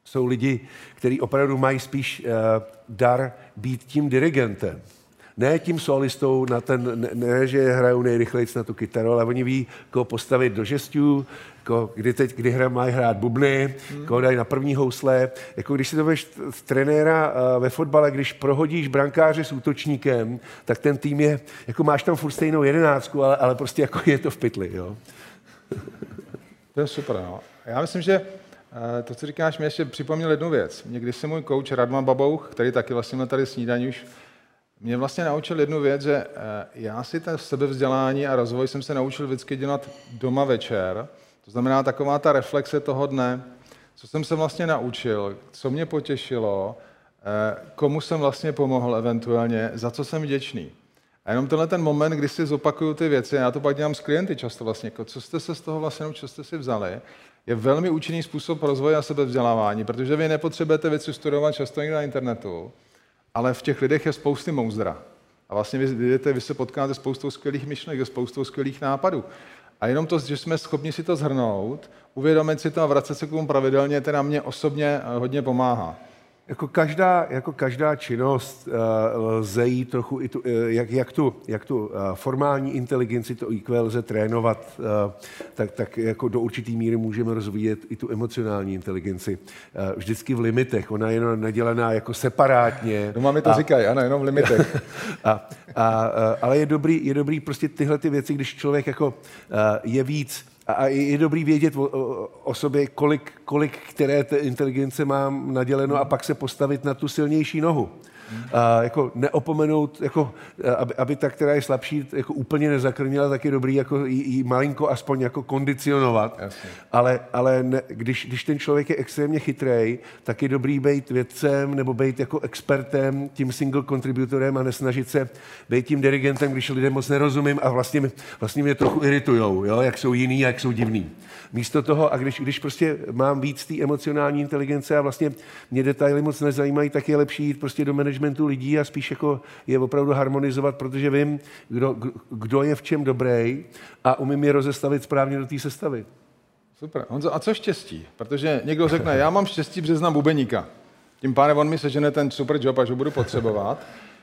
jsou lidi, kteří opravdu mají spíš uh, dar být tím dirigentem. Ne tím solistou, na ten, ne, ne že hrajou nejrychleji na tu kytaru, ale oni ví, koho postavit do žestů, ko, kdy teď, kdy hra, mají hrát bubny, hmm. koho dají na první housle. Jako když si to veš trenéra uh, ve fotbale, když prohodíš brankáře s útočníkem, tak ten tým je, jako máš tam furt stejnou jedenáctku, ale, ale prostě jako je to v pytli, jo. To je super, no. Já myslím, že to, co říkáš, mi ještě připomněl jednu věc. Mě když se můj kouč Radman Babouch, který taky vlastně měl tady snídaní už, mě vlastně naučil jednu věc, že já si ten sebevzdělání a rozvoj jsem se naučil vždycky dělat doma večer. To znamená taková ta reflexe toho dne, co jsem se vlastně naučil, co mě potěšilo, komu jsem vlastně pomohl eventuálně, za co jsem vděčný. A jenom tenhle ten moment, kdy si zopakuju ty věci, já to pak dělám s klienty často vlastně, jako co jste se z toho vlastně naučili, co jste si vzali, je velmi účinný způsob rozvoje a sebevzdělávání, protože vy nepotřebujete věci studovat často někde na internetu, ale v těch lidech je spousty moudra. A vlastně vy, vidíte, vy se potkáte s spoustou skvělých myšlenek, s spoustou skvělých nápadů. A jenom to, že jsme schopni si to shrnout, uvědomit si to a vracet se k tomu pravidelně, teda mě osobně hodně pomáhá. Jako každá, jako každá činnost uh, lze jí trochu, i tu, uh, jak, jak tu, jak tu uh, formální inteligenci, to í kvé lze trénovat, uh, tak, tak jako do určitý míry můžeme rozvíjet i tu emocionální inteligenci. Uh, vždycky v limitech, ona je jenom nedělaná jako separátně. Doma mi to a, říkají, ano, jenom v limitech. a, a, uh, ale je dobrý, je dobrý prostě tyhle ty věci, když člověk jako uh, je víc. A je dobrý vědět o, o, o sobě, kolik, kolik které té inteligence mám naděleno a pak se postavit na tu silnější nohu. A jako neopomenout, jako, aby, aby ta, která je slabší, jako úplně nezakrnila, tak je dobrý jako jí, jí malinko aspoň jako kondicionovat. Jasně. Ale, ale ne, když, když ten člověk je extrémně chytrej, tak je dobrý být vědcem nebo být jako expertem, tím single contributorem a nesnažit se být tím dirigentem, když lidem moc nerozumím a vlastně, vlastně mě trochu iritujou, jo, jak jsou jiný a jak jsou divný. Místo toho, a když, když prostě mám víc té emocionální inteligence a vlastně mě detaily moc nezajímají, tak je lepší jít prostě do managementu lidí a spíš jako je opravdu harmonizovat, protože vím, kdo, kdo je v čem dobrý a umím je rozestavit správně do té sestavy. Super. Honzo, a co štěstí? Protože někdo řekne, já mám štěstí, protože znám bubeníka. Tím pádem on mi sežene ten super job, až ho budu potřebovat.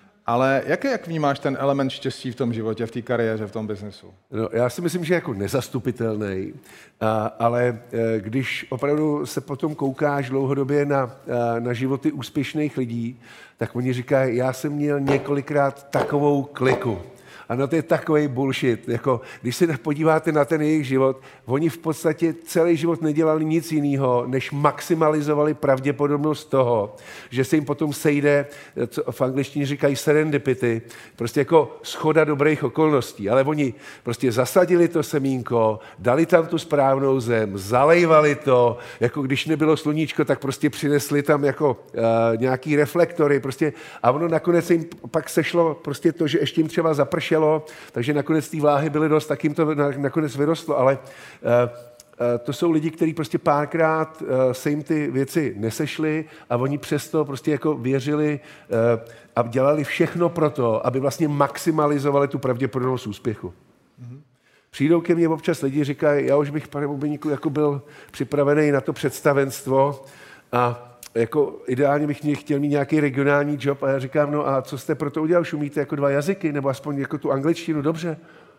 Ale jak, jak vnímáš ten element štěstí v tom životě, v té kariéře, v tom biznesu? No, já si myslím, že jako nezastupitelný, a, ale když opravdu se potom koukáš dlouhodobě na, na životy úspěšných lidí, tak oni říkají, já jsem měl několikrát takovou kliku. Ano, to je takový bullshit. Jako, když se podíváte na ten jejich život, oni v podstatě celý život nedělali nic jiného, než maximalizovali pravděpodobnost toho, že se jim potom sejde, co v angličtině říkají serendipity, prostě jako schoda dobrých okolností. Ale oni prostě zasadili to semínko, dali tam tu správnou zem, zalejvali to, jako když nebylo sluníčko, tak prostě přinesli tam jako uh, nějaký reflektory, prostě, a ono nakonec jim pak sešlo prostě to, že ještě jim třeba zapršelo, takže nakonec té vláhy byly dost, tak jim to nakonec vyrostlo, ale uh, uh, to jsou lidi, kteří prostě párkrát uh, se jim ty věci nesešly a oni přesto prostě jako věřili uh, a dělali všechno pro to, aby vlastně maximalizovali tu pravděpodobnost úspěchu. Mm-hmm. Přijdou ke mně občas lidi, říkají, já už bych, pane Bubeníku, jako byl připravený na to představenstvo a jako ideálně bych mě chtěl mít nějaký regionální job a já říkám, no a co jste pro to udělal? Už umíte jako dva jazyky, nebo aspoň jako tu angličtinu, dobře?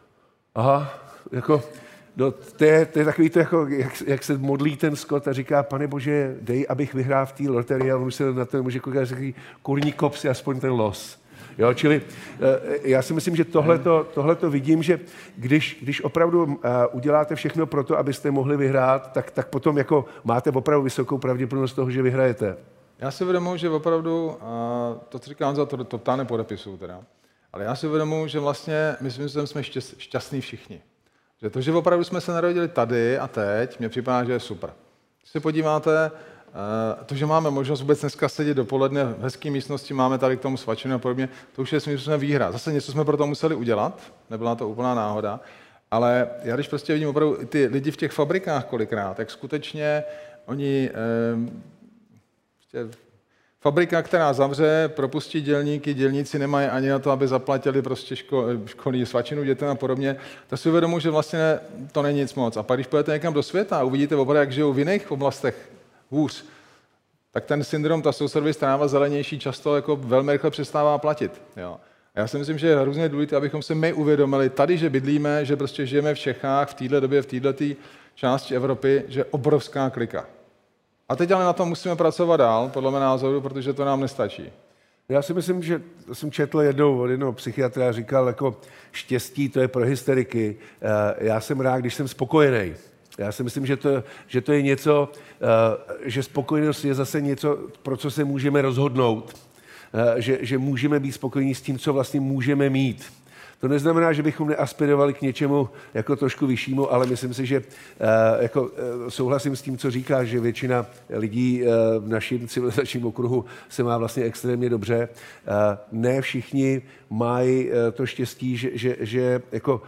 Aha, jako, no, to, je, to je takový to, jako, jak, jak se modlí ten Scott a říká, pane Bože, dej, abych vyhrál v té loterii a on se na ten může koukat a říká, kurní kop si aspoň ten los. Jo, čili já si myslím, že tohleto, tohleto vidím, že když, když opravdu uděláte všechno pro to, abyste mohli vyhrát, tak, tak potom jako máte opravdu vysokou pravděpodobnost toho, že vyhrajete. Já si uvědomuji, že opravdu, to, co říkám, za to, to ptáne podepisuju teda, ale já si uvědomuji, že vlastně myslím, že jsme šťastní všichni. Že to, že opravdu jsme se narodili tady a teď, mně připadá, že je super. Když se podíváte, to, že máme možnost vůbec dneska sedět dopoledne v hezké místnosti, máme tady k tomu svačinu a podobně, to už je smysl výhra. Zase něco jsme pro to museli udělat, nebyla to úplná náhoda, ale já když prostě vidím opravdu ty lidi v těch fabrikách kolikrát, tak skutečně oni, prostě fabrika, která zavře, propustí dělníky, dělníci nemají ani na to, aby zaplatili prostě ško, školní svačinu dětem a podobně, tak si uvědomuji, že vlastně to není nic moc. A pak když půjdete někam do světa a uvidíte opravdu, jak žijou v jiných oblastech hůř, tak ten syndrom, ta sousedově stráva zelenější často jako velmi rychle přestává platit. Jo. A já si myslím, že je hrozně důležité, abychom si my uvědomili tady, že bydlíme, že prostě žijeme v Čechách, v této době, v této části Evropy, že je obrovská klika. A teď ale na tom musíme pracovat dál, podle mého názoru, protože to nám nestačí. Já si myslím, že jsem četl jednou od jednoho psychiatra, říkal, jako štěstí to je pro hysteriky. Já jsem rád, když jsem spokojený. Já si myslím, že to, že to je něco, že spokojenost je zase něco, pro co se můžeme rozhodnout. Že, že můžeme být spokojení s tím, co vlastně můžeme mít. To neznamená, že bychom neaspirovali k něčemu jako trošku vyššímu, ale myslím si, že jako, souhlasím s tím, co říká, že většina lidí v našem civilizačním okruhu se má vlastně extrémně dobře. Ne všichni mají to štěstí, že, že, že jako,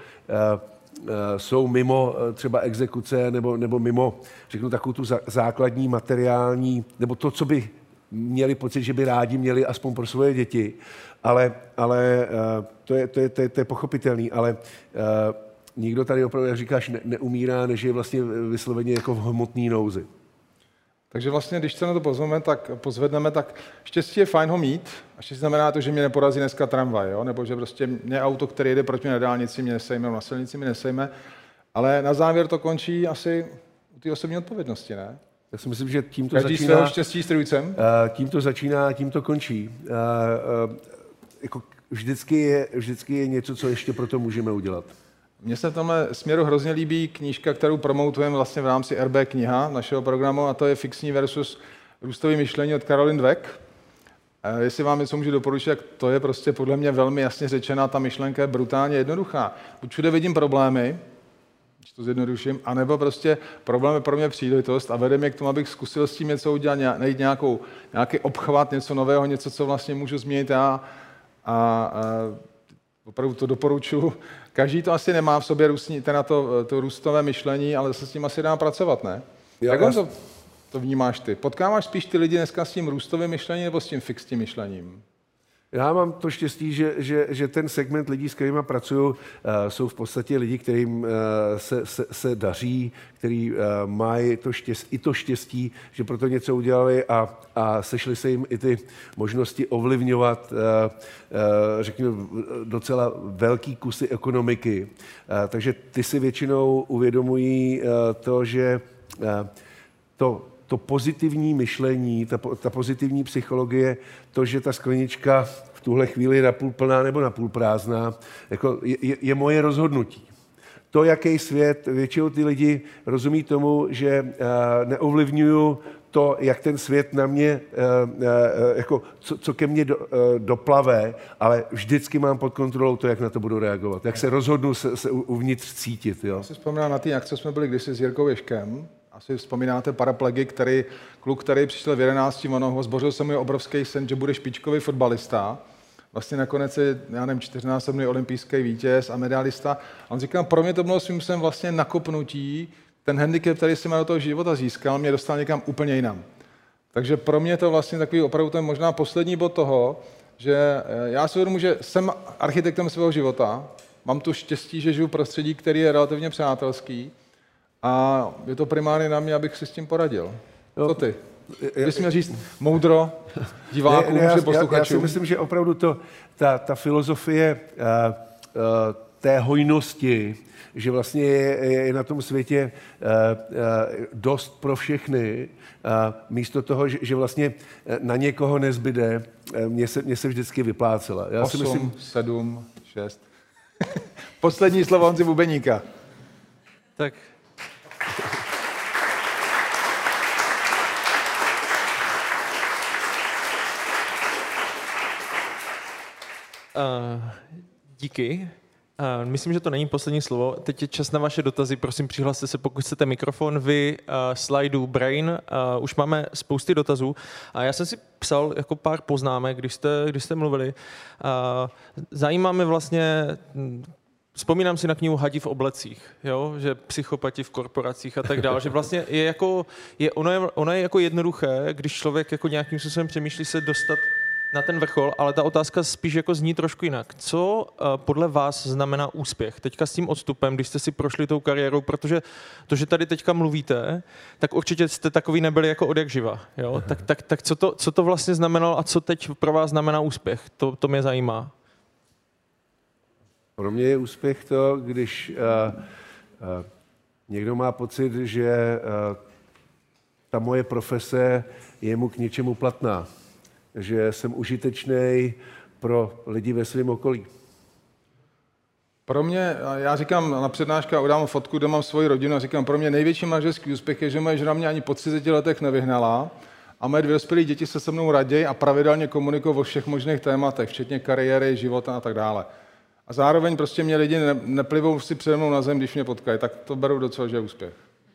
jsou mimo třeba exekuce nebo, nebo mimo, řeknu, takovou tu základní materiální, nebo to, co by měli pocit, že by rádi měli aspoň pro svoje děti, ale, ale to, je, to, je, to, je, to je pochopitelný, ale uh, nikdo tady opravdu, jak říkáš, ne, neumírá, než je vlastně vysloveně jako v hmotný nouzi. Takže vlastně, když se na to pozveme, tak pozvedneme, tak štěstí je fajn ho mít, a štěstí znamená to, že mě neporazí dneska tramvaj, jo? Nebo že prostě mě auto, které jede proti na dálnici, mě nesejme, na silnici mě nesejme, ale na závěr to končí asi u té osobní odpovědnosti, ne? Já si myslím, že tím to Každý začíná... svého štěstí strujcem? Tím to začíná a tím to končí. Uh, uh, jako vždycky, je, vždycky je něco, co ještě pro to můžeme udělat. Mně se v tomhle směru hrozně líbí knížka, kterou promoutujeme vlastně v rámci R B kniha našeho programu, a to je Fixní versus růstové myšlení od Caroline Dweck. Uh, jestli vám něco můžu doporučit, tak to je prostě podle mě velmi jasně řečená, ta myšlenka je brutálně jednoduchá. Buď všude vidím problémy, když to zjednoduším, anebo prostě problém je pro mě příležitost a vede mě k tomu, abych zkusil s tím něco udělat, najít nějakou, nějaký obchvat, něco nového, něco, co vlastně můžu změnit já. A, a opravdu to doporučuji. Každý to asi nemá v sobě růstní, na to, to růstové myšlení, ale se s tím asi dá pracovat, ne? Jak on to, to vnímáš ty? Potkáváš spíš ty lidi dneska s tím růstovým myšlením nebo s tím fixním myšlením? Já mám to štěstí, že, že, že ten segment lidí, s kterými pracuju, uh, jsou v podstatě lidi, kterým uh, se, se, se daří, který uh, mají to štěstí, i to štěstí, že proto něco udělali a, a sešly se jim i ty možnosti ovlivňovat, uh, uh, řekněme, docela velký kusy ekonomiky. Uh, takže ty si většinou uvědomují uh, to, že uh, to to pozitivní myšlení, ta, ta pozitivní psychologie, to, že ta sklenička v tuhle chvíli je napůl plná nebo napůl prázdná, jako je, je moje rozhodnutí. To, jaký svět, většinou ty lidi rozumí tomu, že uh, neovlivňuju to, jak ten svět na mě, uh, uh, jako, co, co ke mně do, uh, doplave, ale vždycky mám pod kontrolou to, jak na to budu reagovat, jak se rozhodnu se, se uvnitř cítit. Jo? Já si vzpomínám na ty akce, jsme byli kdysi s Jirkou Ježkem. Asi vzpomínáte paraplegy, který, kluk, který přišel v jedenácti, ono zbořil se mu obrovský sen, že bude špičkový fotbalista. Vlastně nakonec je, já nevím, čtyřnásobný olympijský vítěz a medailista. A on říkal, pro mě to bylo svým jsem vlastně nakopnutí, ten handicap, který jsem do toho života získal, mě dostal někam úplně jinam. Takže pro mě to vlastně takový opravdu ten možná poslední bod toho, že já si uvědomuji, že jsem architektem svého života, mám tu štěstí, že žiju v prostředí, který je relativně přátelský, a je to primárně na mě, abych si s tím poradil. Jo. Co ty? Bys měl říct moudro divákům, že posluchačům? Já si myslím, že opravdu to, ta, ta filozofie uh, uh, té hojnosti, že vlastně je, je na tom světě uh, uh, dost pro všechny, uh, místo toho, že, že vlastně na někoho nezbyde, uh, mě, se, mě se vždycky vyplácela. Já osm, si myslím... sedm, šest. Poslední slovo Honzy Bubeníka. Tak... Uh, díky. Uh, myslím, že to není poslední slovo. Teď je čas na vaše dotazy. Prosím, přihlaste se, pokud chcete mikrofon. Vy, uh, slajdu Brain, uh, už máme spousty dotazů. A já jsem si psal jako pár poznámek, když jste, když jste mluvili. Uh, zajímá mě vlastně... Vzpomínám si na knihu Hadi v oblecích, jo? Že psychopati v korporacích a tak dále, že vlastně je jako, je, ono, je, ono je jako jednoduché, když člověk jako nějakým způsobem přemýšlí se dostat, na ten vrchol, ale ta otázka spíš jako zní trošku jinak. Co uh, podle vás znamená úspěch? Teďka s tím odstupem, když jste si prošli tou kariérou, protože to, že tady teďka mluvíte, tak určitě jste takový nebyli jako od jak živa. Jo? Tak, tak, tak co, to, co to vlastně znamenalo a co teď pro vás znamená úspěch? To, to mě zajímá. Pro mě je úspěch to, když uh, uh, někdo má pocit, že uh, ta moje profese je mu k něčemu platná. Že jsem užitečný pro lidi ve svém okolí. Pro mě, já říkám na přednáškách, udám fotku, kde mám svoji rodinu a říkám, pro mě největší manželský úspěch je, že moje žena mě ani po třiceti letech nevyhnala a moje dvě dospělé děti se se mnou raději a pravidelně komunikují o všech možných tématech, včetně kariéry, života a tak dále. A zároveň prostě mě lidi ne, neplivou si přede mnou na zem, když mě potkají, tak to beru docela, že je úspěch.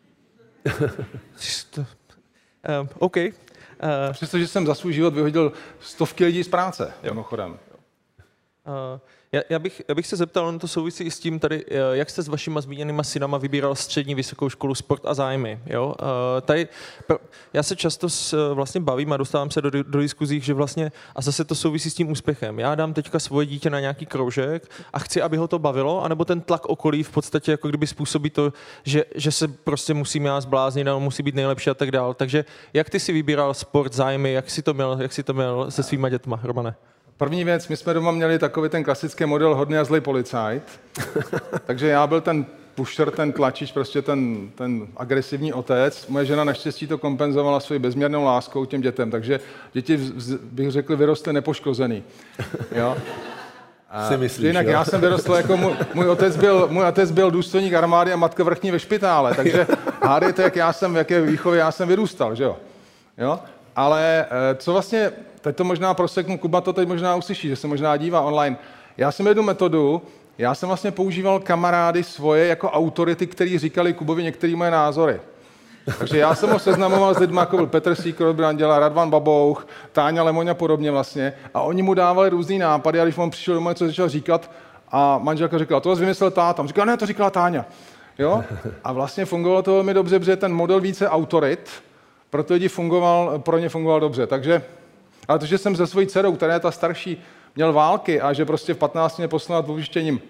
uh, OK. Uh, Přestože jsem za svůj život vyhodil stovky lidí z práce, mimochodem. Uh, já, já, bych, já bych se zeptal, on to souvisí i s tím tady, jak jste s vašima zmíněnýma synama vybíral střední vysokou školu sport a zájmy. Jo? Uh, tady, já se často s, vlastně bavím a dostávám se do, do diskuzí, že vlastně, a zase to souvisí s tím úspěchem. Já dám teďka svoje dítě na nějaký kroužek a chci, aby ho to bavilo, anebo ten tlak okolí v podstatě jako kdyby způsobí to, že, že se prostě musím já zbláznit, a musí být nejlepší a tak dál. Takže jak ty si vybíral sport, zájmy, jak jsi to měl, jak jsi to měl se svýma dětma, Romane? První věc, my jsme doma měli takový ten klasický model hodný a zlej policajt, takže já byl ten pusher, ten tlačič, prostě ten, ten agresivní otec. Moje žena naštěstí to kompenzovala svojí bezměrnou láskou těm dětem, takže děti, bych řekl, vyrostly nepoškozený. Jo? A myslíš, jinak jo? Já jsem vyrostl jako můj, můj, otec byl, můj otec byl důstojník armády a matka vrchní ve špitále, takže hádejte, jak já jsem, v jaké výchově já jsem vyrůstal, že jo? Jo? Ale co vlastně, teď to možná proseknu, Kuba to teď možná uslyší, že se možná dívá online. Já jsem jednu metodu, já jsem vlastně používal kamarády svoje jako autority, kteří říkali Kubovi některé moje názory. Takže já jsem ho seznamoval s lidmi, jako byl Petr Síkor, Branděla, Radvan Babouch, Táňa Lemoň a podobně vlastně. A oni mu dávali různý nápady a když on přišel domů, něco začal říkat a manželka říkala, to vás vymyslel táta. Říkal, ne, to říkala Táňa. Jo? A vlastně fungovalo to velmi dobře, protože ten model více autorit, pro ty lidi fungoval, pro ně fungoval dobře. Takže, ale to, že jsem se svojí dcerou, která je ta starší, měl války a že prostě v patnácti mě poslal nad opuštěním,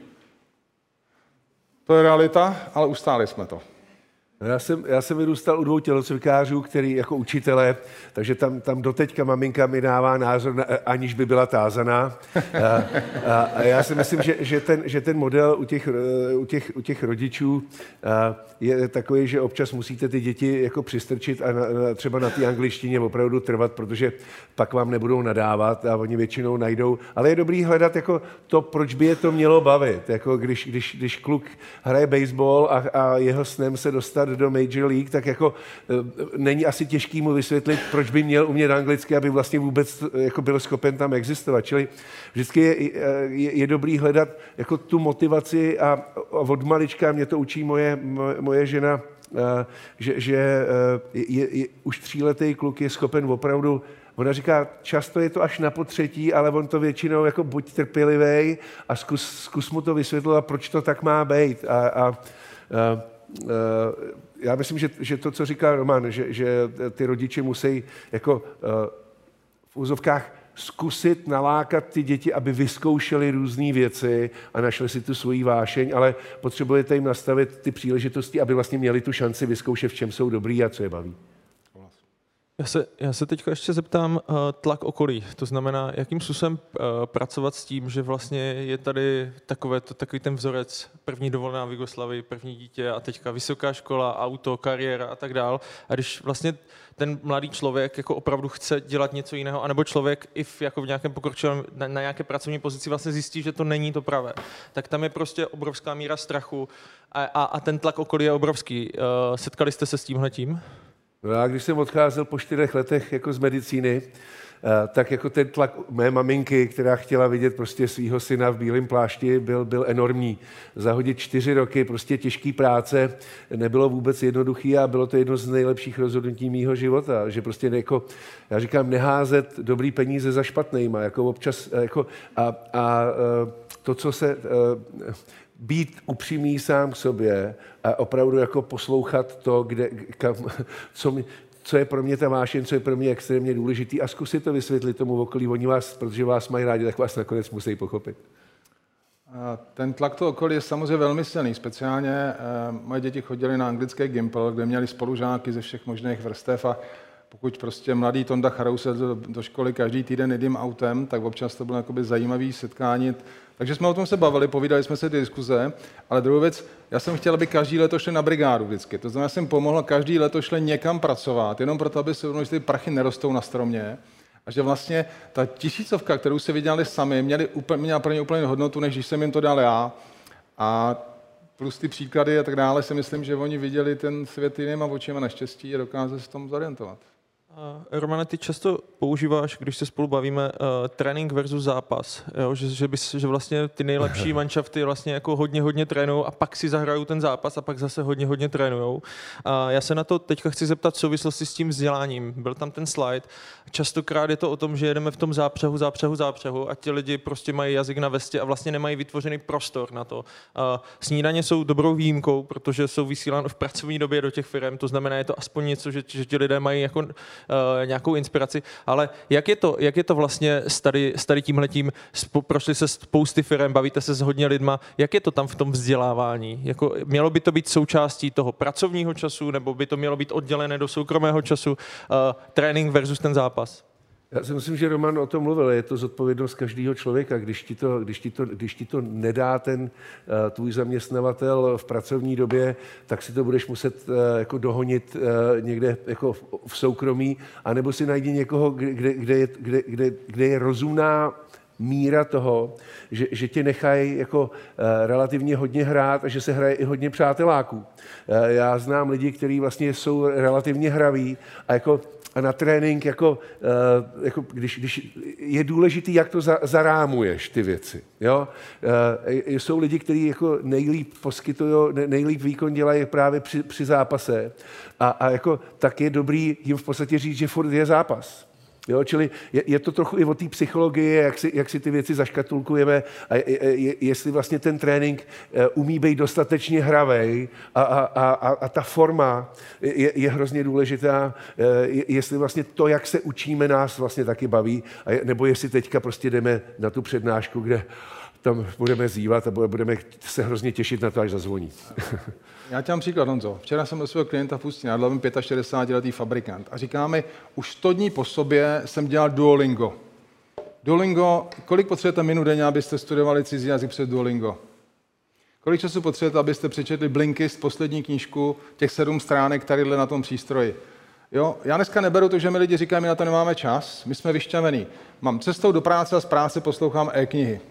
to je realita, ale ustáli jsme to. Já jsem, já jsem vyrůstal u dvou tělocvikářů, který jako učitelé, takže tam, tam doteďka maminka mi dává názor, na, aniž by byla tázaná. A, a, a já si myslím, že, že, ten, že ten model u těch, u těch, u těch rodičů je takový, že občas musíte ty děti jako přistrčit a na, třeba na té angličtině opravdu trvat, protože pak vám nebudou nadávat a oni většinou najdou. Ale je dobrý hledat jako to, proč by je to mělo bavit. Jako když, když, když kluk hraje baseball a, a jeho snem se dostat do Major League, tak jako není asi těžký mu vysvětlit, proč by měl umět anglicky, aby vlastně vůbec jako byl schopen tam existovat. Čili vždycky je, je, je dobrý hledat jako tu motivaci a, a od malička mě to učí moje, moje žena, že, že je, je, už tříletý kluk je schopen opravdu. Ona říká, často je to až na potřetí, ale on to většinou jako buď trpělivej a zkus, zkus mu to vysvětlovat, proč to tak má být. A, a, a já myslím, že, že to, co říká Roman, že, že ty rodiče musí jako v úzovkách zkusit nalákat ty děti, aby vyzkoušeli různé věci a našli si tu svoji vášeň, ale potřebujete jim nastavit ty příležitosti, aby vlastně měli tu šanci vyzkoušet, v čem jsou dobrý a co je baví. Já se, já se teď ještě zeptám uh, tlak okolí. To znamená, jakým způsobem uh, pracovat s tím, že vlastně je tady takové, to, takový ten vzorec, první dovolená v Jugoslavii, první dítě a teďka vysoká škola, auto, kariéra a tak dál. A když vlastně ten mladý člověk jako opravdu chce dělat něco jiného, anebo člověk i v, jako v nějakém pokročilém, na, na nějaké pracovní pozici vlastně zjistí, že to není to pravé, tak tam je prostě obrovská míra strachu a, a, a ten tlak okolí je obrovský. Uh, setkali jste se s tímhletím? No já když jsem odcházel po čtyřech letech jako z medicíny, tak jako ten tlak mé maminky, která chtěla vidět prostě svýho syna v bílém plášti, byl, byl enormní. Zahodit čtyři roky prostě těžký práce nebylo vůbec jednoduchý a bylo to jedno z nejlepších rozhodnutí mýho života. Že prostě jako, já říkám, neházet dobrý peníze za špatnejma, jako občas, jako a, a to, co se... být upřímný sám k sobě a opravdu jako poslouchat to, kde, kam, co, mi, co je pro mě ta vášeň, co je pro mě extrémně důležitý a zkusit to vysvětlit tomu okolí. Oni vás, protože vás mají rádi, tak vás nakonec musí pochopit. Ten tlak toho okolí je samozřejmě velmi silný. Speciálně eh, moje děti chodily na anglické Gimple, kde měli spolužáky ze všech možných vrstev a pokud prostě mladý Tonda Charousek do, do školy každý týden jedním autem, tak občas to bylo jakoby zajímavý setkání. Takže jsme o tom se bavili, povídali jsme se ty diskuze, ale druhou věc, já jsem chtěl, aby každý leto šli na brigádu vždycky. To znamená, jsem pomohl, každý leto šli někam pracovat, jenom proto, aby se uvědomili, že ty prachy nerostou na stromě. A že vlastně ta tisícovka, kterou si vydělali sami, měli úplně, měla pro ně úplně hodnotu, než když jsem jim to dal já. A plus ty příklady a tak dále, si myslím, že oni viděli ten svět jinýma očima naštěstí a dokázali se v tom zorientovat. Romane, ty často používáš, když se spolu bavíme, uh, trénink versus zápas. Jo? Že, že, bys, že vlastně ty nejlepší manšafty vlastně jako hodně, hodně trénujou a pak si zahrajou ten zápas a pak zase hodně, hodně trénujou. A já se na to teďka chci zeptat v souvislosti s tím vzděláním. Byl tam ten slide. Častokrát je to o tom, že jedeme v tom zápřehu, zápřehu, zápřehu a ti lidi prostě mají jazyk na vestě a vlastně nemají vytvořený prostor na to. A snídaně jsou dobrou výjimkou, protože jsou vysílány v pracovní době do těch firm, to znamená, je to aspoň něco, že, že ti lidé mají jako Uh, nějakou inspiraci, ale jak je to, jak je to vlastně s tady, s tady tímhletím, spo, prošli se spousty firem, bavíte se s hodně lidma, jak je to tam v tom vzdělávání? Jako, mělo by to být součástí toho pracovního času, nebo by to mělo být oddělené do soukromého času, uh, trénink versus ten zápas? Já si myslím, že Roman o tom mluvil, je to zodpovědnost každého člověka. Když ti to, když ti to, když ti to nedá ten uh, tvůj zaměstnavatel v pracovní době, tak si to budeš muset uh, jako dohonit uh, někde jako v, v soukromí, anebo si najdi někoho, kde, kde, je, kde, kde, kde je rozumná míra toho, že, že tě nechají jako uh, relativně hodně hrát a že se hraje i hodně přáteláků. Uh, já znám lidi, kteří vlastně jsou relativně hraví a jako a na trénink, jako, uh, jako když, když je důležitý, jak to za, zarámuješ, ty věci. Jo? Uh, jsou lidi, kteří jako nejlíp poskytují, nejlíp výkon dělají právě při, při zápase. A, a jako, tak je dobrý jim v podstatě říct, že furt je zápas. Jo, čili je, je to trochu i o té psychologii, jak si, jak si ty věci zaškatulkujeme a je, je, jestli vlastně ten trénink umí být dostatečně hravej a, a, a, a ta forma je, je hrozně důležitá, je, jestli vlastně to, jak se učíme, nás vlastně taky baví, a je, nebo jestli teďka prostě ďme na tu přednášku, kde tam budeme zývat a budeme se hrozně těšit na to, až zazvoní. Já tě mám příklad, Honzo. Včera jsem byl svého klienta v Ústí nad Labem, šedesátiletý fabrikant. A říká mi, už sto dní po sobě jsem dělal Duolingo. Duolingo, kolik potřebujete minut denně, abyste studovali cizí jazyk přes Duolingo? Kolik času potřebujete, abyste přečetli Blinkist, poslední knížku, těch sedm stránek tadyhle na tom přístroji? Jo, já dneska neberu to, že mi lidi říkají, my na to nemáme čas, my jsme vyšťavení. Mám cestou do práce a z práce poslouchám e-knihy.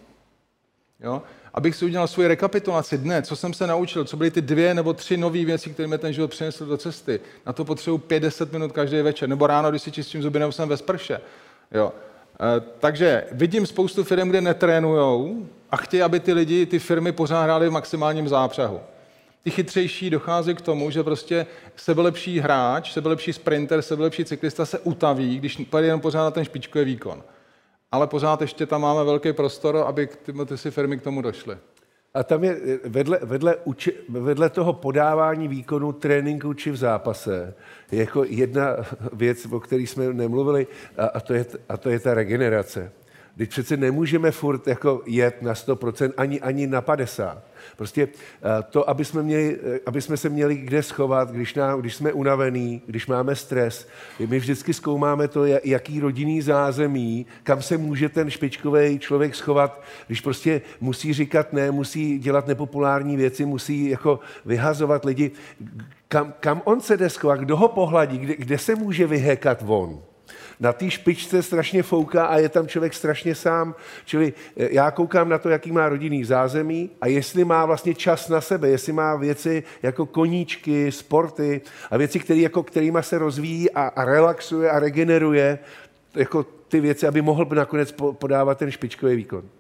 Jo? Abych si udělal svou rekapitulaci dne, co jsem se naučil, co byly ty dvě nebo tři nové věci, které mi ten život přinesl do cesty. Na to potřebuji pět deset minut každý večer, nebo ráno, když si čistím zuby, nebo jsem ve sprše. Jo. E, takže vidím spoustu firm, kde netrénujou a chtějí, aby ty lidi, ty firmy pořád hrály v maximálním zápřehu. Ty chytřejší dochází k tomu, že prostě sebelepší hráč, sebelepší sprinter, sebelepší cyklista se utaví, když pojede jenom pořád na ten špičkový výkon. Ale pořád ještě tam máme velký prostor, aby ty, ty si firmy k tomu došly. A tam je vedle, vedle, uči, vedle toho podávání výkonu tréninku či v zápase je jako jedna věc, o které jsme nemluvili, a, a, to je, a to je ta regenerace. Když přece nemůžeme furt jako jet na sto procent ani, ani na padesát procent. Prostě to, aby jsme, měli, aby jsme se měli kde schovat, když, nám, když jsme unavení, když máme stres. My vždycky zkoumáme to, jaký rodinný zázemí, kam se může ten špičkový člověk schovat, když prostě musí říkat ne, musí dělat nepopulární věci, musí jako vyhazovat lidi. Kam, kam on se jde schovat, kdo ho pohladí, kde, kde se může vyhekat von? Na té špičce strašně fouká a je tam člověk strašně sám. Čili já koukám na to, jaký má rodinný zázemí a jestli má vlastně čas na sebe, jestli má věci jako koníčky, sporty a věci, který, jako, kterýma se rozvíjí a, a relaxuje a regeneruje jako ty věci, aby mohl nakonec podávat ten špičkový výkon.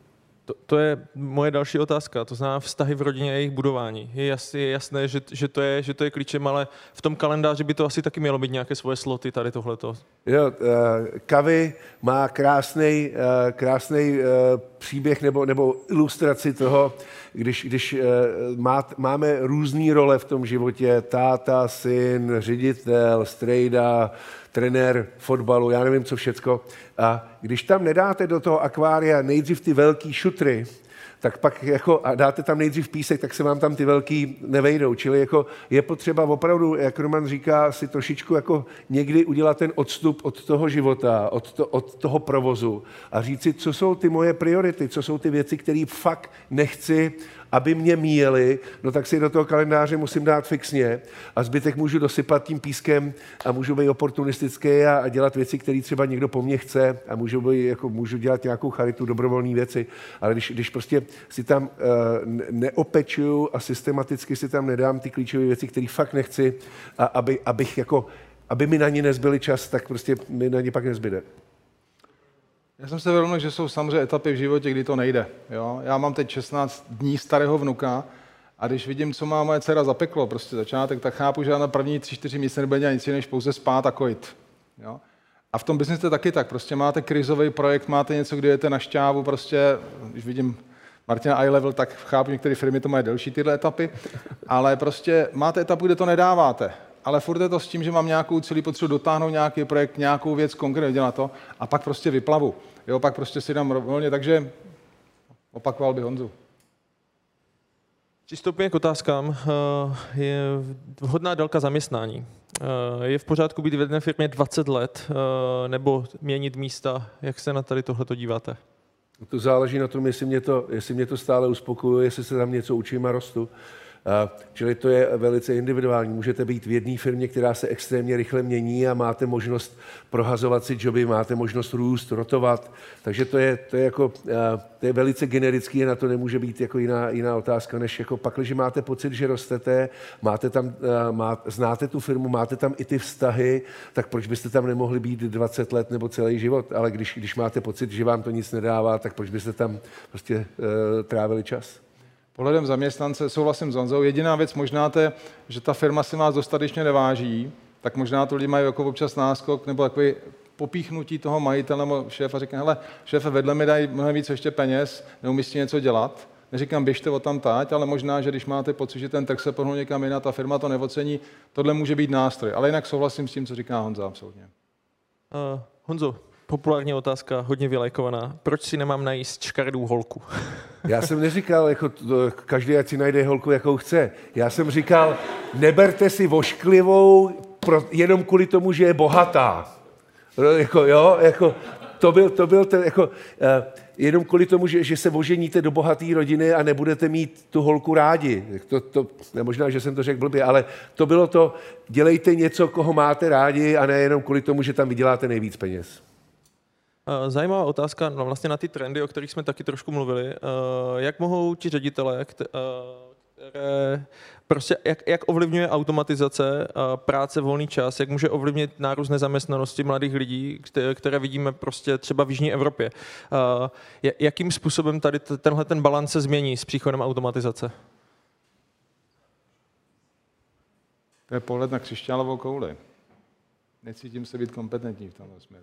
To, to je moje další otázka, to znamená vztahy v rodině a jejich budování. Je, jas, je jasné, že, že, to je, že to je klíčem, ale v tom kalendáři by to asi taky mělo být nějaké svoje sloty, tady tohleto. Jo, Covey má krásný, krásný příběh nebo, nebo ilustraci toho, když, když má, máme různé role v tom životě, táta, syn, ředitel, strejda, trenér fotbalu, já nevím co všecko. A když tam nedáte do toho akvária nejdřív ty velký šutry, tak pak jako a dáte tam nejdřív písek, tak se vám tam ty velký nevejdou. Čili jako je potřeba opravdu, jak Roman říká, si trošičku jako někdy udělat ten odstup od toho života, od, to, od toho provozu a říct si, co jsou ty moje priority, co jsou ty věci, které fakt nechci, aby mě míjeli, no tak si do toho kalendáře musím dát fixně a zbytek můžu dosypat tím pískem a můžu být oportunistický a, a dělat věci, které třeba někdo po mně chce a můžu, být, jako, můžu dělat nějakou charitu, dobrovolné věci. Ale když, když prostě si tam uh, neopečuju a systematicky si tam nedám ty klíčové věci, které fakt nechci, a aby, abych jako, aby mi na ně nezbyl čas, tak prostě mi na ně pak nezbyde. Já jsem se vědomil, že jsou samozřejmě etapy v životě, kdy to nejde. Jo? Já mám teď šestnáct dní starého vnuka a když vidím, co má moje dcera zapeklo, prostě začátek, tak chápu, že na první tři, čtyři měsíce nebude dělat nic jiného, než pouze spát a kojit. Jo? A v tom biznesu je taky tak, prostě máte krizový projekt, máte něco, kde jdete na šťávu, prostě, když vidím Martina iLevel, tak chápu, některé firmy to mají delší tyhle etapy, ale prostě máte etapu, kde to nedáváte. Ale furt je to s tím, že mám nějakou celý potřebu dotáhnout nějaký projekt, nějakou věc konkrétně dělat to a pak prostě vyplavu. Jo, pak prostě si dám volně, takže opakoval bych Honzu. Přistoupíme k otázkám. Je vhodná délka zaměstnání. Je v pořádku být v jedné firmě dvacet let nebo měnit místa? Jak se na tady tohleto díváte? To záleží na tom, jestli mě to, jestli mě to stále uspokojuje, jestli se tam něco učím a rostu. Čili to je velice individuální. Můžete být v jedné firmě, která se extrémně rychle mění a máte možnost prohazovat si joby, máte možnost růst, rotovat. Takže to je, to je, jako, to je velice generický a na to nemůže být jako jiná, jiná otázka, než jako pak, když máte pocit, že rostete, máte tam, má, znáte tu firmu, máte tam i ty vztahy, tak proč byste tam nemohli být dvacet let nebo celý život? Ale když, když máte pocit, že vám to nic nedává, tak proč byste tam prostě uh, trávili čas? Pohledem zaměstnance souhlasím s Honzou. Jediná věc možná je, že ta firma si vás dostatečně neváží, tak možná to lidi mají jako občas náskok nebo takový popíchnutí toho majitele nebo šéfa. Říká, hele, šéfe, vedle mi dají mnohem víc ještě peněz, neumí si něco dělat. Neříkám, běžte o tam tať, ale možná, že když máte pocit, že ten trh se pohnul někam jinak, ta firma to neocení, tohle může být nástroj. Ale jinak souhlasím s tím, co říká Honza, absolutně. Uh, Honzo, populární otázka, hodně vylajkovaná. Proč si nemám najíst škaredou holku? Já jsem neříkal, jako to, každý ať si najde holku, jakou chce. Já jsem říkal, neberte si vošklivou pro, jenom kvůli tomu, že je bohatá. Jako, jo, jako, to byl, to byl ten, jako, uh, jenom kvůli tomu, že, že se oženíte do bohaté rodiny a nebudete mít tu holku rádi. To, to, ne, možná, že jsem to řekl blbě, ale to bylo to, dělejte něco, koho máte rádi a ne jenom kvůli tomu, že tam vyděláte nejvíc peněz. Zajímavá otázka, no vlastně na ty trendy, o kterých jsme taky trošku mluvili. Jak mohou ti ředitelé, které prostě, jak, jak ovlivňuje automatizace práce, volný čas, jak může ovlivnit nárůst nezaměstnanosti mladých lidí, které vidíme prostě třeba v jižní Evropě. Jakým způsobem tady tenhle ten balans se změní s příchodem automatizace? To je pohled na křišťálovou kouli. Necítím se být kompetentní v tomhle směru.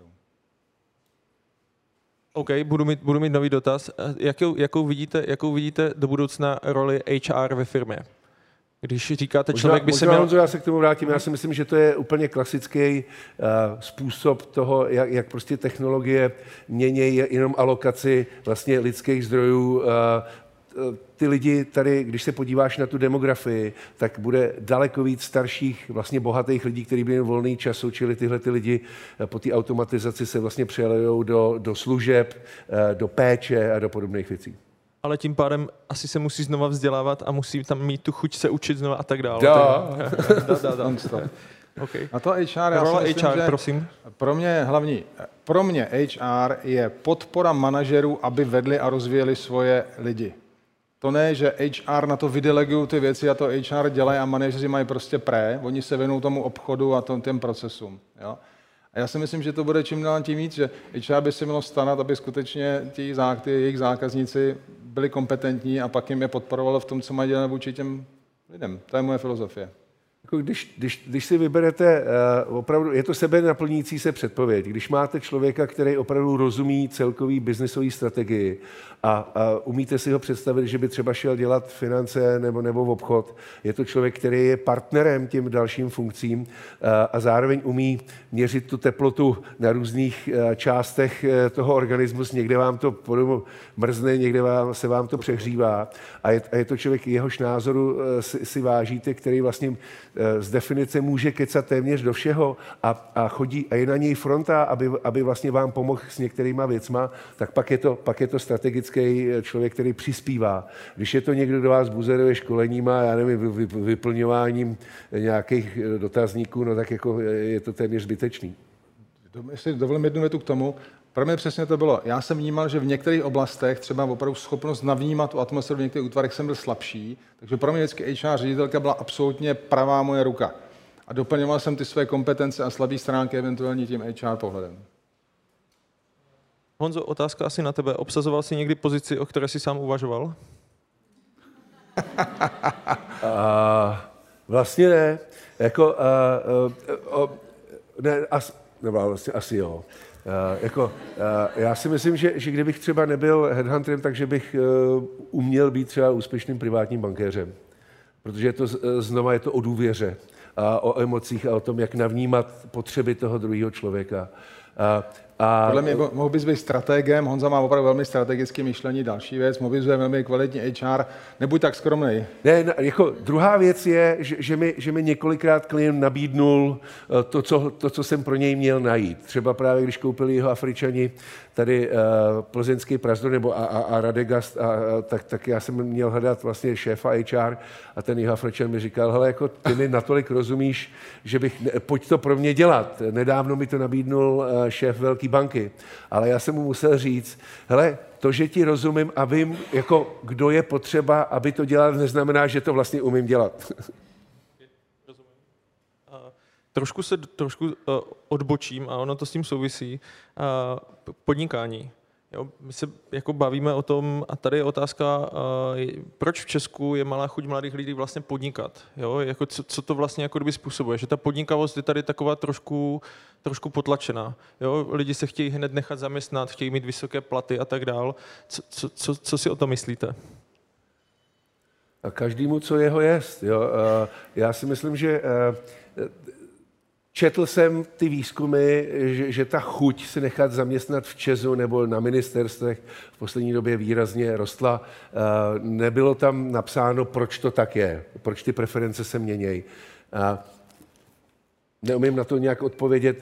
OK, budu mít, budu mít nový dotaz. Jakou, jakou, vidíte, jakou vidíte do budoucna roli H R ve firmě? Když říkáte, možná, člověk by možná, se měl... Honzo, já se k tomu vrátím. Já si myslím, že to je úplně klasický uh, způsob toho, jak, jak prostě technologie mění jenom alokaci vlastně lidských zdrojů. Uh, ty lidi tady, když se podíváš na tu demografii, tak bude daleko víc starších, vlastně bohatých lidí, kteří by volný času, čili tyhle ty lidi po té automatizaci se vlastně přelejou do, do služeb, do péče a do podobných věcí. Ale tím pádem asi se musí znova vzdělávat a musí tam mít tu chuť se učit znova a tak dále. Dá. dá, dá, dá. Okay. A to H R, já Role si myslím, H R, že prosím. Pro mě hlavní, pro mě H R je podpora manažerů, aby vedli a rozvíjeli svoje lidi. To ne, že H R na to vydelegují ty věci a to H R dělají a manažeři mají prostě pré, oni se věnují tomu obchodu a tom, těm procesům. Jo? A já si myslím, že to bude čím dál tím víc, že H R by se mělo starat, aby skutečně ti, ty jejich zákazníci byli kompetentní a pak jim je podporovalo v tom, co mají dělat vůči těm lidem. To je moje filozofie. Jako když, když, když si vyberete, uh, opravdu, je to sebe naplnící se předpověď. Když máte člověka, který opravdu rozumí celkový biznisový strategii a, a umíte si ho představit, že by třeba šel dělat finance nebo, nebo v obchod, je to člověk, který je partnerem těm dalším funkcím uh, a zároveň umí měřit tu teplotu na různých uh, částech uh, toho organismu. Někde vám to podobu mrzne, někde vám, se vám to přehřívá a je, a je to člověk, jehož názoru uh, si, si vážíte, který vlastně z definice může kecat téměř do všeho a, a chodí a je na něj fronta, aby, aby vlastně vám pomohl s některýma věcma, tak pak je to, pak je to strategický člověk, který přispívá. Když je to někdo, do vás buzeruje školeníma, já nevím, vy, vyplňováním nějakých dotazníků, no tak jako je to téměř zbytečný. Jestli dovolím jednu větu k tomu, pro mě přesně to bylo. Já jsem vnímal, že v některých oblastech třeba opravdu schopnost navnímat tu atmosféru v některých útvarech jsem byl slabší, takže pro mě vždycky H R ředitelka byla absolutně pravá moje ruka. A doplňoval jsem ty své kompetence a slabé stránky eventuálně tím H R pohledem. Honzo, otázka asi na tebe. Obsazoval jsi někdy pozici, o které jsi sám uvažoval? uh, vlastně ne. Jako, uh, uh, uh, ne, as, nebo vlastně asi jo. Uh, jako, uh, já si myslím, že, že kdybych třeba nebyl headhunterem, takže bych uh, uměl být třeba úspěšným privátním bankéřem. Protože je to, znova je to o důvěře a o emocích a o tom, jak navnímat potřeby toho druhého člověka. Uh, a... Podle mě mohl bys být strategem, Honza má opravdu velmi strategické myšlení, další věc, mohl bys být velmi kvalitní H R, nebuď tak skromnej. Ne, jako druhá věc je, že, že, mi, že mi několikrát klient nabídnul to co, to, co jsem pro něj měl najít. Třeba právě, když koupili jeho Afričani tady uh, plzeňský Prazdor nebo a, a, a Radegast, a, a, tak, tak já jsem měl hledat vlastně šéfa H R a ten jeho Afričan mi říkal, hele, jako ty mi natolik rozumíš, že bych, ne, pojď to pro mě dělat. Nedávno mi to nabídnul uh, šéf velký banky, ale já jsem mu musel říct, hele, to, že ti rozumím a vím, jako, kdo je potřeba, aby to dělal, neznamená, že to vlastně umím dělat. Rozumím. Uh, trošku se trošku uh, odbočím a ono to s tím souvisí. Uh, podnikání. Jo, my se jako bavíme o tom, a tady je otázka, uh, proč v Česku je malá chuť mladých lidí vlastně podnikat. Jo? Jako co, co to vlastně jako kdyby způsobuje, že ta podnikavost je tady taková trošku, trošku potlačená. Jo? Lidi se chtějí hned nechat zaměstnat, chtějí mít vysoké platy a tak dál. Co, co, co, co si o tom myslíte? A každému, co jeho jest. Jo? Uh, já si myslím, že uh, četl jsem ty výzkumy, že, že ta chuť se nechat zaměstnat v ČEZu nebo na ministerstvech v poslední době výrazně rostla. Nebylo tam napsáno, proč to tak je, proč ty preference se měnějí. Neumím na to nějak odpovědět.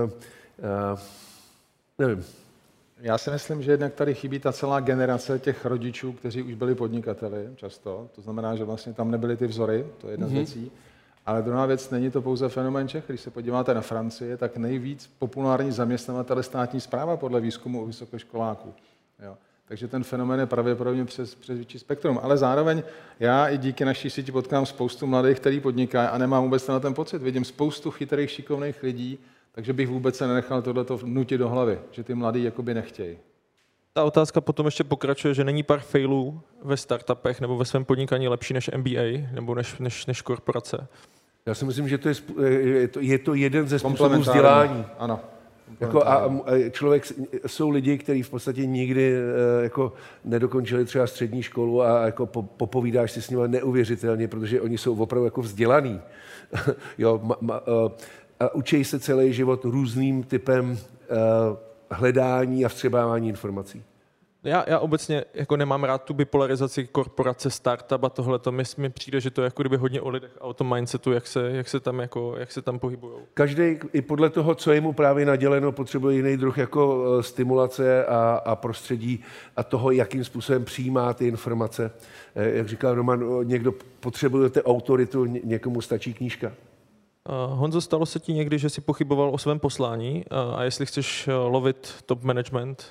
Nevím. Já si myslím, že jednak tady chybí ta celá generace těch rodičů, kteří už byli podnikateli často. To znamená, že vlastně tam nebyly ty vzory, to je jedna mm-hmm. z věcí. Ale druhá věc, není to pouze fenomén Čech. Když se podíváte na Francii, tak nejvíc populární zaměstnavatele státní správa podle výzkumu u vysokoškoláků. Jo. Takže ten fenomén je pravděpodobně přes, přes větší spektrum. Ale zároveň já i díky naší síti potkám spoustu mladých, kteří podnikají a nemám vůbec na ten pocit. Vidím spoustu chytrých, šikovných lidí, takže bych vůbec se nenechal tohleto vnutit do hlavy, že ty mladí jakoby nechtějí. Ta otázka potom ještě pokračuje, že není pár failů ve startupech nebo ve svém podnikání lepší než M B A nebo než, než, než korporace. Já si myslím, že to je, je, to, je to jeden ze způsobů vzdělání. Ano. Jako a, a člověk, jsou lidi, kteří v podstatě nikdy jako nedokončili třeba střední školu a jako po, popovídáš si s nimi neuvěřitelně, protože oni jsou opravdu jako vzdělaný. Jo, ma, ma, a učí se celý život různým typem uh, hledání a vstřebávání informací. Já, já obecně jako nemám rád tu bipolarizaci korporace, startup a tohle. To mi, mi přijde, že to je jako kdyby hodně o lidech a o tom mindsetu, jak se, jak se tam, jako, jak se tam pohybujou. Každý i podle toho, co je mu právě naděleno, potřebuje jiný druh jako stimulace a, a prostředí a toho, jakým způsobem přijímá ty informace. Jak říkal Roman, někdo potřebujete autoritu, někomu stačí knížka. Uh, Honzo, stalo se ti někdy, že jsi pochyboval o svém poslání uh, a jestli chceš lovit top management?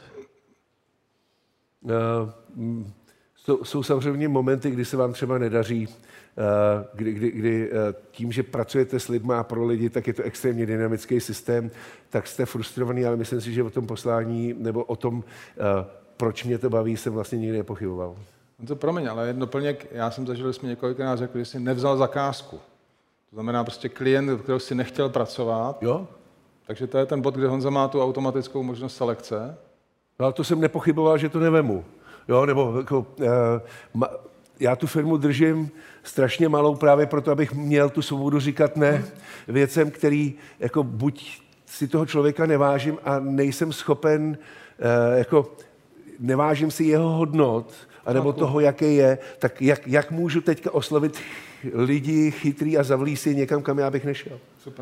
Uh, jsou, jsou samozřejmě momenty, kdy se vám třeba nedaří, uh, kdy, kdy, kdy uh, tím, že pracujete s lidmi a pro lidi, tak je to extrémně dynamický systém, tak jste frustrovaný, ale myslím si, že o tom poslání nebo o tom uh, proč mě to baví, jsem vlastně nikdy nepochyboval. No to promiň, ale jen doplněk, já jsem zažil, že jsme několikrát řekli, že jsi nevzal zakázku. To znamená prostě klient, kterého si nechtěl pracovat. Jo? Takže to je ten bod, kde Honza má tu automatickou možnost selekce. No, ale to jsem nepochyboval, že to nevemu. Jo, nebo jako, uh, ma, já tu firmu držím strašně malou právě proto, abych měl tu svobodu říkat ne věcem, který jako buď si toho člověka nevážím a nejsem schopen, uh, jako nevážím si jeho hodnot, anebo toho, jaký je, tak jak, jak můžu teďka oslovit lidi chytrý a zavlí si někam, kam já bych nešel. Super.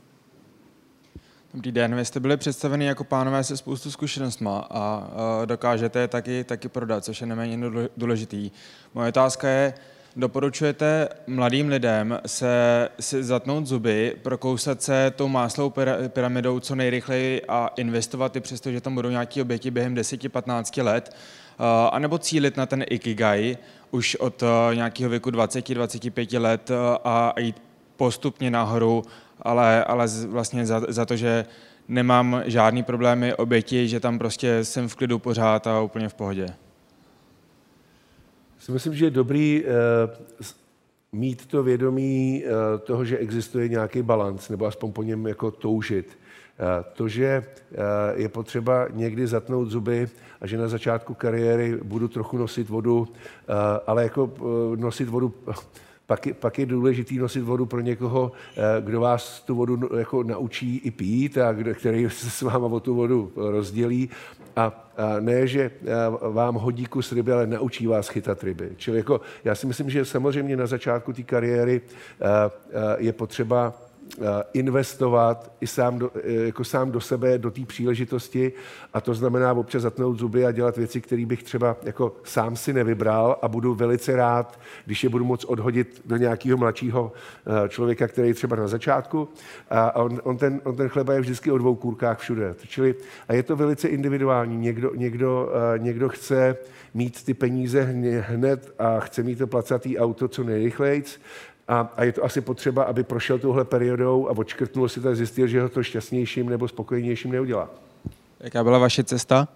Dobrý den, vy jste byli představeni jako pánové se spoustu zkušenostma a uh, dokážete je taky, taky prodat, což je neméně důležitý. Moje otázka je, doporučujete mladým lidem se si zatnout zuby, prokousat se tou Maslowovou pyramidou co nejrychleji a investovat i přesto, že tam budou nějaké oběti během deset patnáct let, uh, anebo cílit na ten ikigai už od uh, nějakého věku dvacet dvacet pět let uh, a jít postupně nahoru, ale, ale vlastně za, za to, že nemám žádný problémy oběti, že tam prostě jsem v klidu pořád a úplně v pohodě. Si myslím, že je dobrý uh, mít to vědomí uh, toho, že existuje nějaký balanc, nebo aspoň po něm jako toužit. Uh, to, že uh, je potřeba někdy zatnout zuby a že na začátku kariéry budu trochu nosit vodu, uh, ale jako uh, nosit vodu... Pak je, pak je důležitý nosit vodu pro někoho, kdo vás tu vodu jako naučí i pít a kdo, který se s váma o tu vodu rozdělí. A, a ne, že vám hodí kus ryby, ale naučí vás chytat ryby. Čili jako, já si myslím, že samozřejmě na začátku té kariéry je potřeba investovat i sám do, jako sám do sebe, do té příležitosti a to znamená občas zatnout zuby a dělat věci, které bych třeba jako sám si nevybral a budu velice rád, když je budu moct odhodit do nějakého mladšího člověka, který je třeba na začátku a on, on, ten, on ten chleba je vždycky o dvou kůrkách všude. Čili, a je to velice individuální. Někdo, někdo, někdo chce mít ty peníze hned a chce mít to placatý auto co nejrychlejc, A, a je to asi potřeba, aby prošel touhle periodou a odškrtnul si to a zjistil, že ho to šťastnějším nebo spokojenějším neudělá. Jaká byla vaše cesta?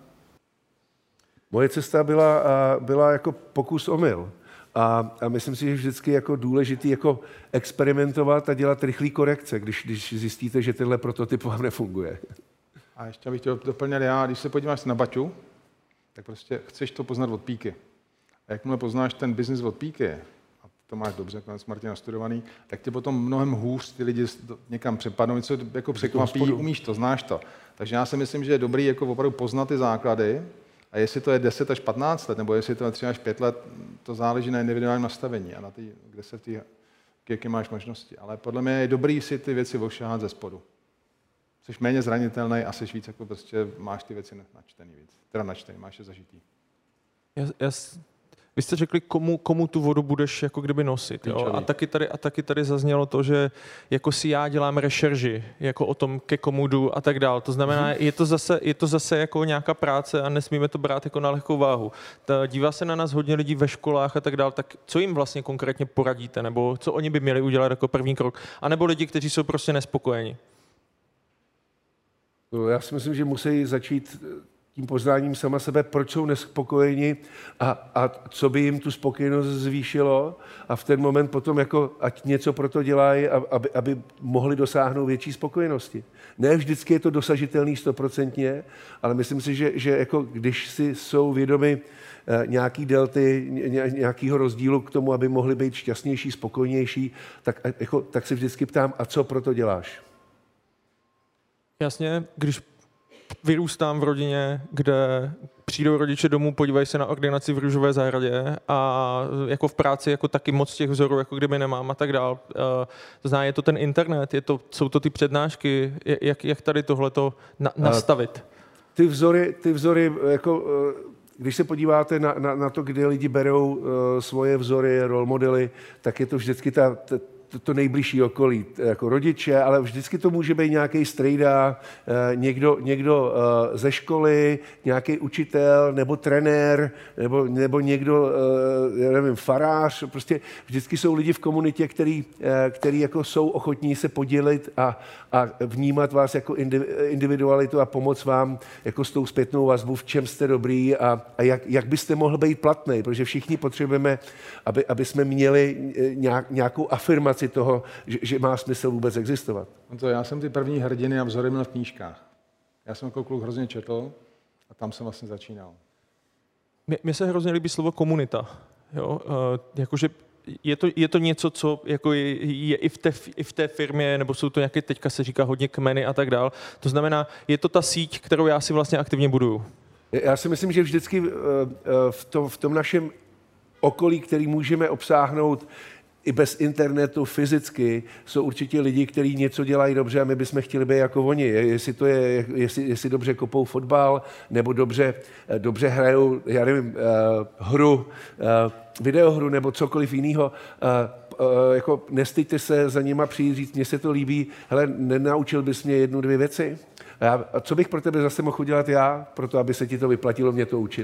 Moje cesta byla, byla jako pokus omyl. A, a myslím si, že vždycky jako důležitý jako experimentovat a dělat rychlé korekce, když, když zjistíte, že tenhle prototyp vám nefunguje. A ještě bych chtěl doplnit já, když se podíváš na Baťu, tak prostě chceš to poznat od píky. A jakmile poznáš ten biznis od píky, to máš dobře, konec Martin nastudovaný, tak tě potom mnohem hůř ty lidi někam přepadnou, něco jako překvapí, umíš to, znáš to. Takže já si myslím, že je dobrý jako opravdu poznat ty základy a jestli to je deset až patnáct let, nebo jestli to je tři až pět let, to záleží na individuálním nastavení a na ty, kde se v té, jaké máš možnosti. Ale podle mě je dobrý si ty věci ošahat ze spodu. Jsi méně zranitelný a jsi víc, jako prostě máš ty věci načtený víc. Teda načtený, máš je zažitý. Já, já... Vy jste řekli, komu, komu tu vodu budeš jako kdyby nosit. Jo? A, taky tady, a taky tady zaznělo to, že jako si já dělám rešerži, jako o tom, ke komu jdu a tak dál. To znamená, je to zase, je to zase jako nějaká práce a nesmíme to brát jako na lehkou váhu. Ta, dívá se na nás hodně lidí ve školách a tak dál, tak co jim vlastně konkrétně poradíte? Nebo co oni by měli udělat jako první krok? A nebo lidi, kteří jsou prostě nespokojeni? No, já si myslím, že musí začít tím poznáním sama sebe, proč jsou nespokojeni a, a co by jim tu spokojenost zvýšilo a v ten moment potom jako ať něco pro to dělají, aby, aby mohli dosáhnout větší spokojenosti. Ne vždycky je to dosažitelný stoprocentně, ale myslím si, že, že jako když si jsou vědomi nějaký delty, nějakého rozdílu k tomu, aby mohli být šťastnější, spokojnější, tak, jako, tak si vždycky ptám, a co pro to děláš? Jasně, když vyrůstám v rodině, kde přijdou rodiče domů, podívají se na ordinaci v Růžové zahradě a jako v práci jako taky moc těch vzorů, jako kdyby nemám a tak dál. To znamená, je to ten internet, je to, jsou to ty přednášky, jak, jak tady tohleto na, nastavit? Ty vzory, ty vzory jako, když se podíváte na, na, na to, kde lidi berou svoje vzory, role modely, tak je to vždycky ta, ta to, to nejbližší okolí, jako rodiče, ale vždycky to může být nějaký strejda, někdo, někdo ze školy, nějaký učitel nebo trenér, nebo, nebo někdo, já nevím, farář. Prostě vždycky jsou lidi v komunitě, který, který jako jsou ochotní se podělit a, a vnímat vás jako individualitu a pomoct vám jako s tou zpětnou vazbou, v čem jste dobrý a, a jak, jak byste mohl být platný, protože všichni potřebujeme, aby, aby jsme měli nějak, nějakou afirmaci toho, že, že má smysl vůbec existovat. To já jsem ty první hrdiny a vzory měl v knížkách. Já jsem jako kluk hrozně četl a tam jsem vlastně začínal. Mně se hrozně líbí slovo komunita. Jo? Uh, jakože je to, je to něco, co jako je, je i, v té, i v té firmě, nebo jsou to nějaké, teďka se říká hodně kmeny a tak dál. To znamená, je to ta síť, kterou já si vlastně aktivně buduju. Já si myslím, že vždycky v tom, v tom našem okolí, který můžeme obsáhnout i bez internetu fyzicky, jsou určitě lidi, kteří něco dělají dobře a my bychom chtěli být jako oni. Jestli to je, jestli, jestli dobře kopou fotbal, nebo dobře, dobře hrajou, já nevím, hru, videohru nebo cokoliv jiného, jako nestyďte se za nima přijít říct, mně se to líbí, hele, nenaučil bys mě jednu, dvě věci? A, já, a co bych pro tebe zase mohl udělat já, proto aby se ti to vyplatilo mě to učit?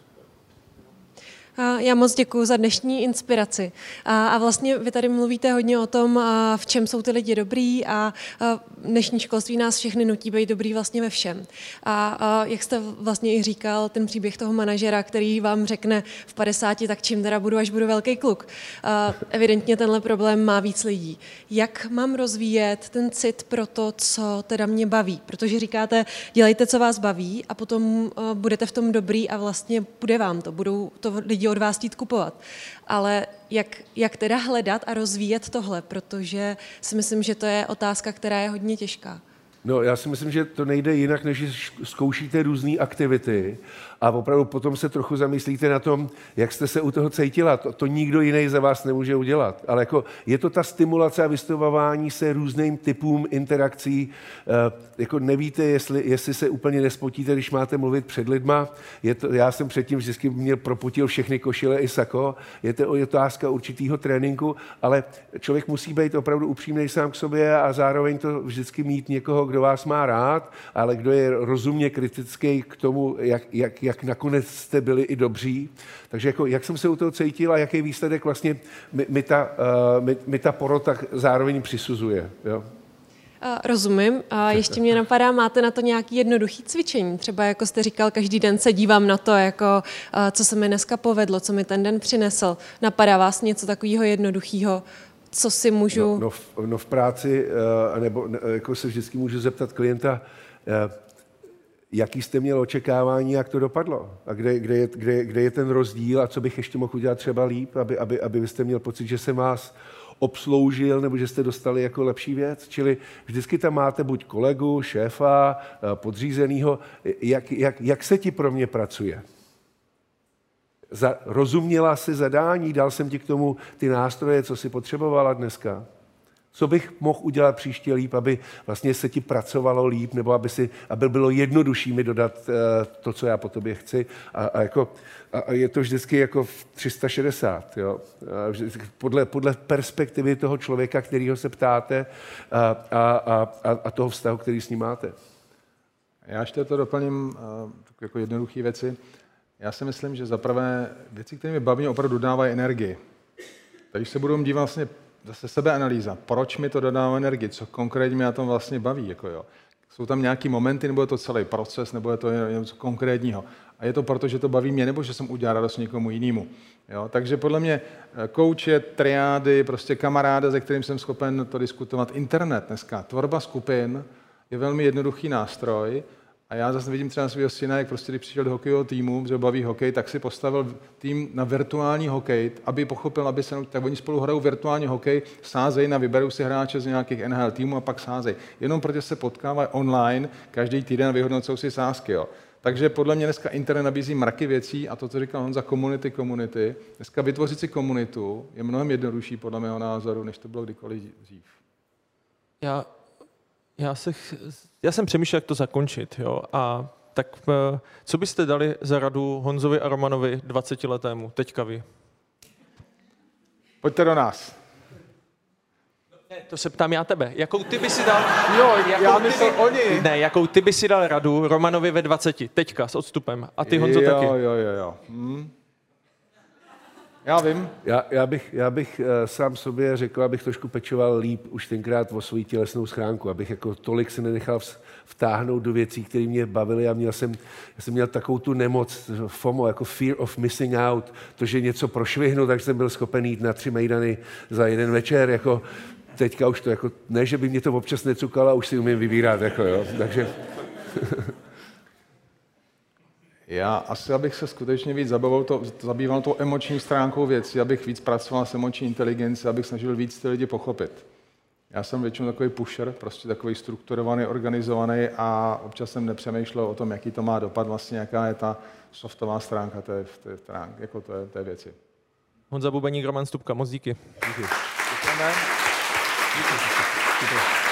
Já moc děkuji za dnešní inspiraci. A vlastně vy tady mluvíte hodně o tom, v čem jsou ty lidi dobrý a dnešní školství nás všechny nutí být dobrý vlastně ve všem. A jak jste vlastně i říkal, ten příběh toho manažera, který vám řekne v padesáti, tak čím teda budu, až budu velký kluk. Evidentně tenhle problém má víc lidí. Jak mám rozvíjet ten cit pro to, co teda mě baví? Protože říkáte, dělejte, co vás baví a potom budete v tom dobrý a vlastně bude vám to, budou to lidi od vás chtít kupovat. Ale jak, jak teda hledat a rozvíjet tohle, protože si myslím, že to je otázka, která je hodně těžká. No, já si myslím, že to nejde jinak, než že zkoušíte různé aktivity a opravdu potom se trochu zamyslíte na tom, jak jste se u toho cítila. To, to nikdo jiný za vás nemůže udělat. Ale jako je to ta stimulace a vystavování se různým typům interakcí. E, jako nevíte, jestli, jestli se úplně nespotíte, když máte mluvit před lidma. Je to, já jsem předtím vždycky mě propotil všechny košile i sako. Je to je otázka určitýho tréninku, ale člověk musí být opravdu upřímný sám k sobě a zároveň to vždycky mít někoho, kdo vás má rád, ale kdo je rozumně kritický k tomu, jak, jak, jak nakonec jste byli i dobří. Takže jako, jak jsem se u toho cítil a jaký výsledek vlastně mi, mi, ta, uh, mi, mi ta porota zároveň přisuzuje. Jo? Rozumím. A ještě mě napadá, máte na to nějaké jednoduché cvičení? Třeba, jako jste říkal, každý den se dívám na to, jako, co se mi dneska povedlo, co mi ten den přinesl. Napadá vás něco takového jednoduchého? Co si můžu... No, no, v, no v práci, uh, nebo jako se vždycky můžu zeptat klienta, uh, jaký jste měl očekávání, jak to dopadlo a kde, kde, je, kde, kde je ten rozdíl a co bych ještě mohl udělat třeba líp, aby, aby, aby byste měl pocit, že jsem vás obsloužil nebo že jste dostali jako lepší věc. Čili vždycky tam máte buď kolegu, šéfa, podřízenýho, jak, jak, jak se ti pro mě pracuje. Za, rozuměla si zadání, dal jsem ti k tomu ty nástroje, co si potřebovala dneska. Co bych mohl udělat příště líp, aby vlastně se ti pracovalo líp, nebo aby, si, aby bylo jednodušší mi dodat uh, to, co já po tobě chci. A, a, jako, a, a je to vždycky jako v tři sta šedesát. Jo? A vždycky, podle, podle perspektivy toho člověka, kterýho se ptáte a, a, a, a toho vztahu, který s ním máte. Já ještě to doplním uh, jako jednoduché věci. Já si myslím, že za prvé věci, které mě baví, opravdu dodávají energii. Tak když se budou dívat vlastně zase sebeanalýza, proč mi to dodává energii, co konkrétně mě na tom vlastně baví. Jako jo. Jsou tam nějaký momenty, nebo je to celý proces, nebo je to něco konkrétního. A je to proto, že to baví mě, nebo že jsem udělal radost někomu jinému. Jo. Takže podle mě kouče, triády, prostě kamaráda, se kterým jsem schopen to diskutovat. Internet dneska, tvorba skupin je velmi jednoduchý nástroj. A já zase vidím třeba svého syna, jak prostě, když přišel do hokejového týmu, že baví hokej, tak si postavil tým na virtuální hokej, aby pochopil, aby se, tak oni spolu hrajou virtuální hokej, sázejí na vyberou si hráče z nějakých N H L týmů a pak sázejí. Jenom protože se potkávají online, každý týden a vyhodnocují si sázky. Jo. Takže podle mě dneska internet nabízí mraky věcí a to, co říkal Honza, komunity, komunity. Dneska vytvořit si komunitu je mnohem jednodušší, podle mého názoru, než to bylo kdykoliv dřív. Já... Já, se, já jsem přemýšlel, jak to zakončit. Jo? A tak co byste dali za radu Honzovi a Romanovi dvacetiletému? Teďka vy. Pojďte do nás. Ne, to se ptám já tebe. Jakou ty by si dal... Jo, jakou já ty myslel by, oni. Ne, jakou ty by si dal radu Romanovi ve dvaceti, teďka s odstupem. A ty, Honzo, jo, taky. Jo, jo, jo. Hm. Já vím. Já, já, bych, já bych uh, sám sobě řekl, abych trošku pečoval líp už tenkrát o svoji tělesnou schránku, abych jako tolik se nenechal vtáhnout do věcí, které mě bavily a měl jsem, já jsem měl takovou tu nemoc, FOMO, jako fear of missing out, to, že něco prošvihnu, tak jsem byl schopen jít na tři mejdany za jeden večer, jako teďka už to jako, ne, že by mě to občas necukalo, a už si umím vybírat, jako jo, takže... Já asi, abych se skutečně víc zabýval, to, zabýval tou emoční stránkou věcí, abych víc pracoval s emoční inteligencí, abych snažil víc ty lidi pochopit. Já jsem většinou takový pusher, prostě takový strukturovaný, organizovaný a občas jsem nepřemýšlel o tom, jaký to má dopad, vlastně jaká je ta softová stránka té, té, stránky, jako té, té věci. Honza Bubeník, Roman Stupka, moc díky. Díky. Děkujeme. Díky. Díky.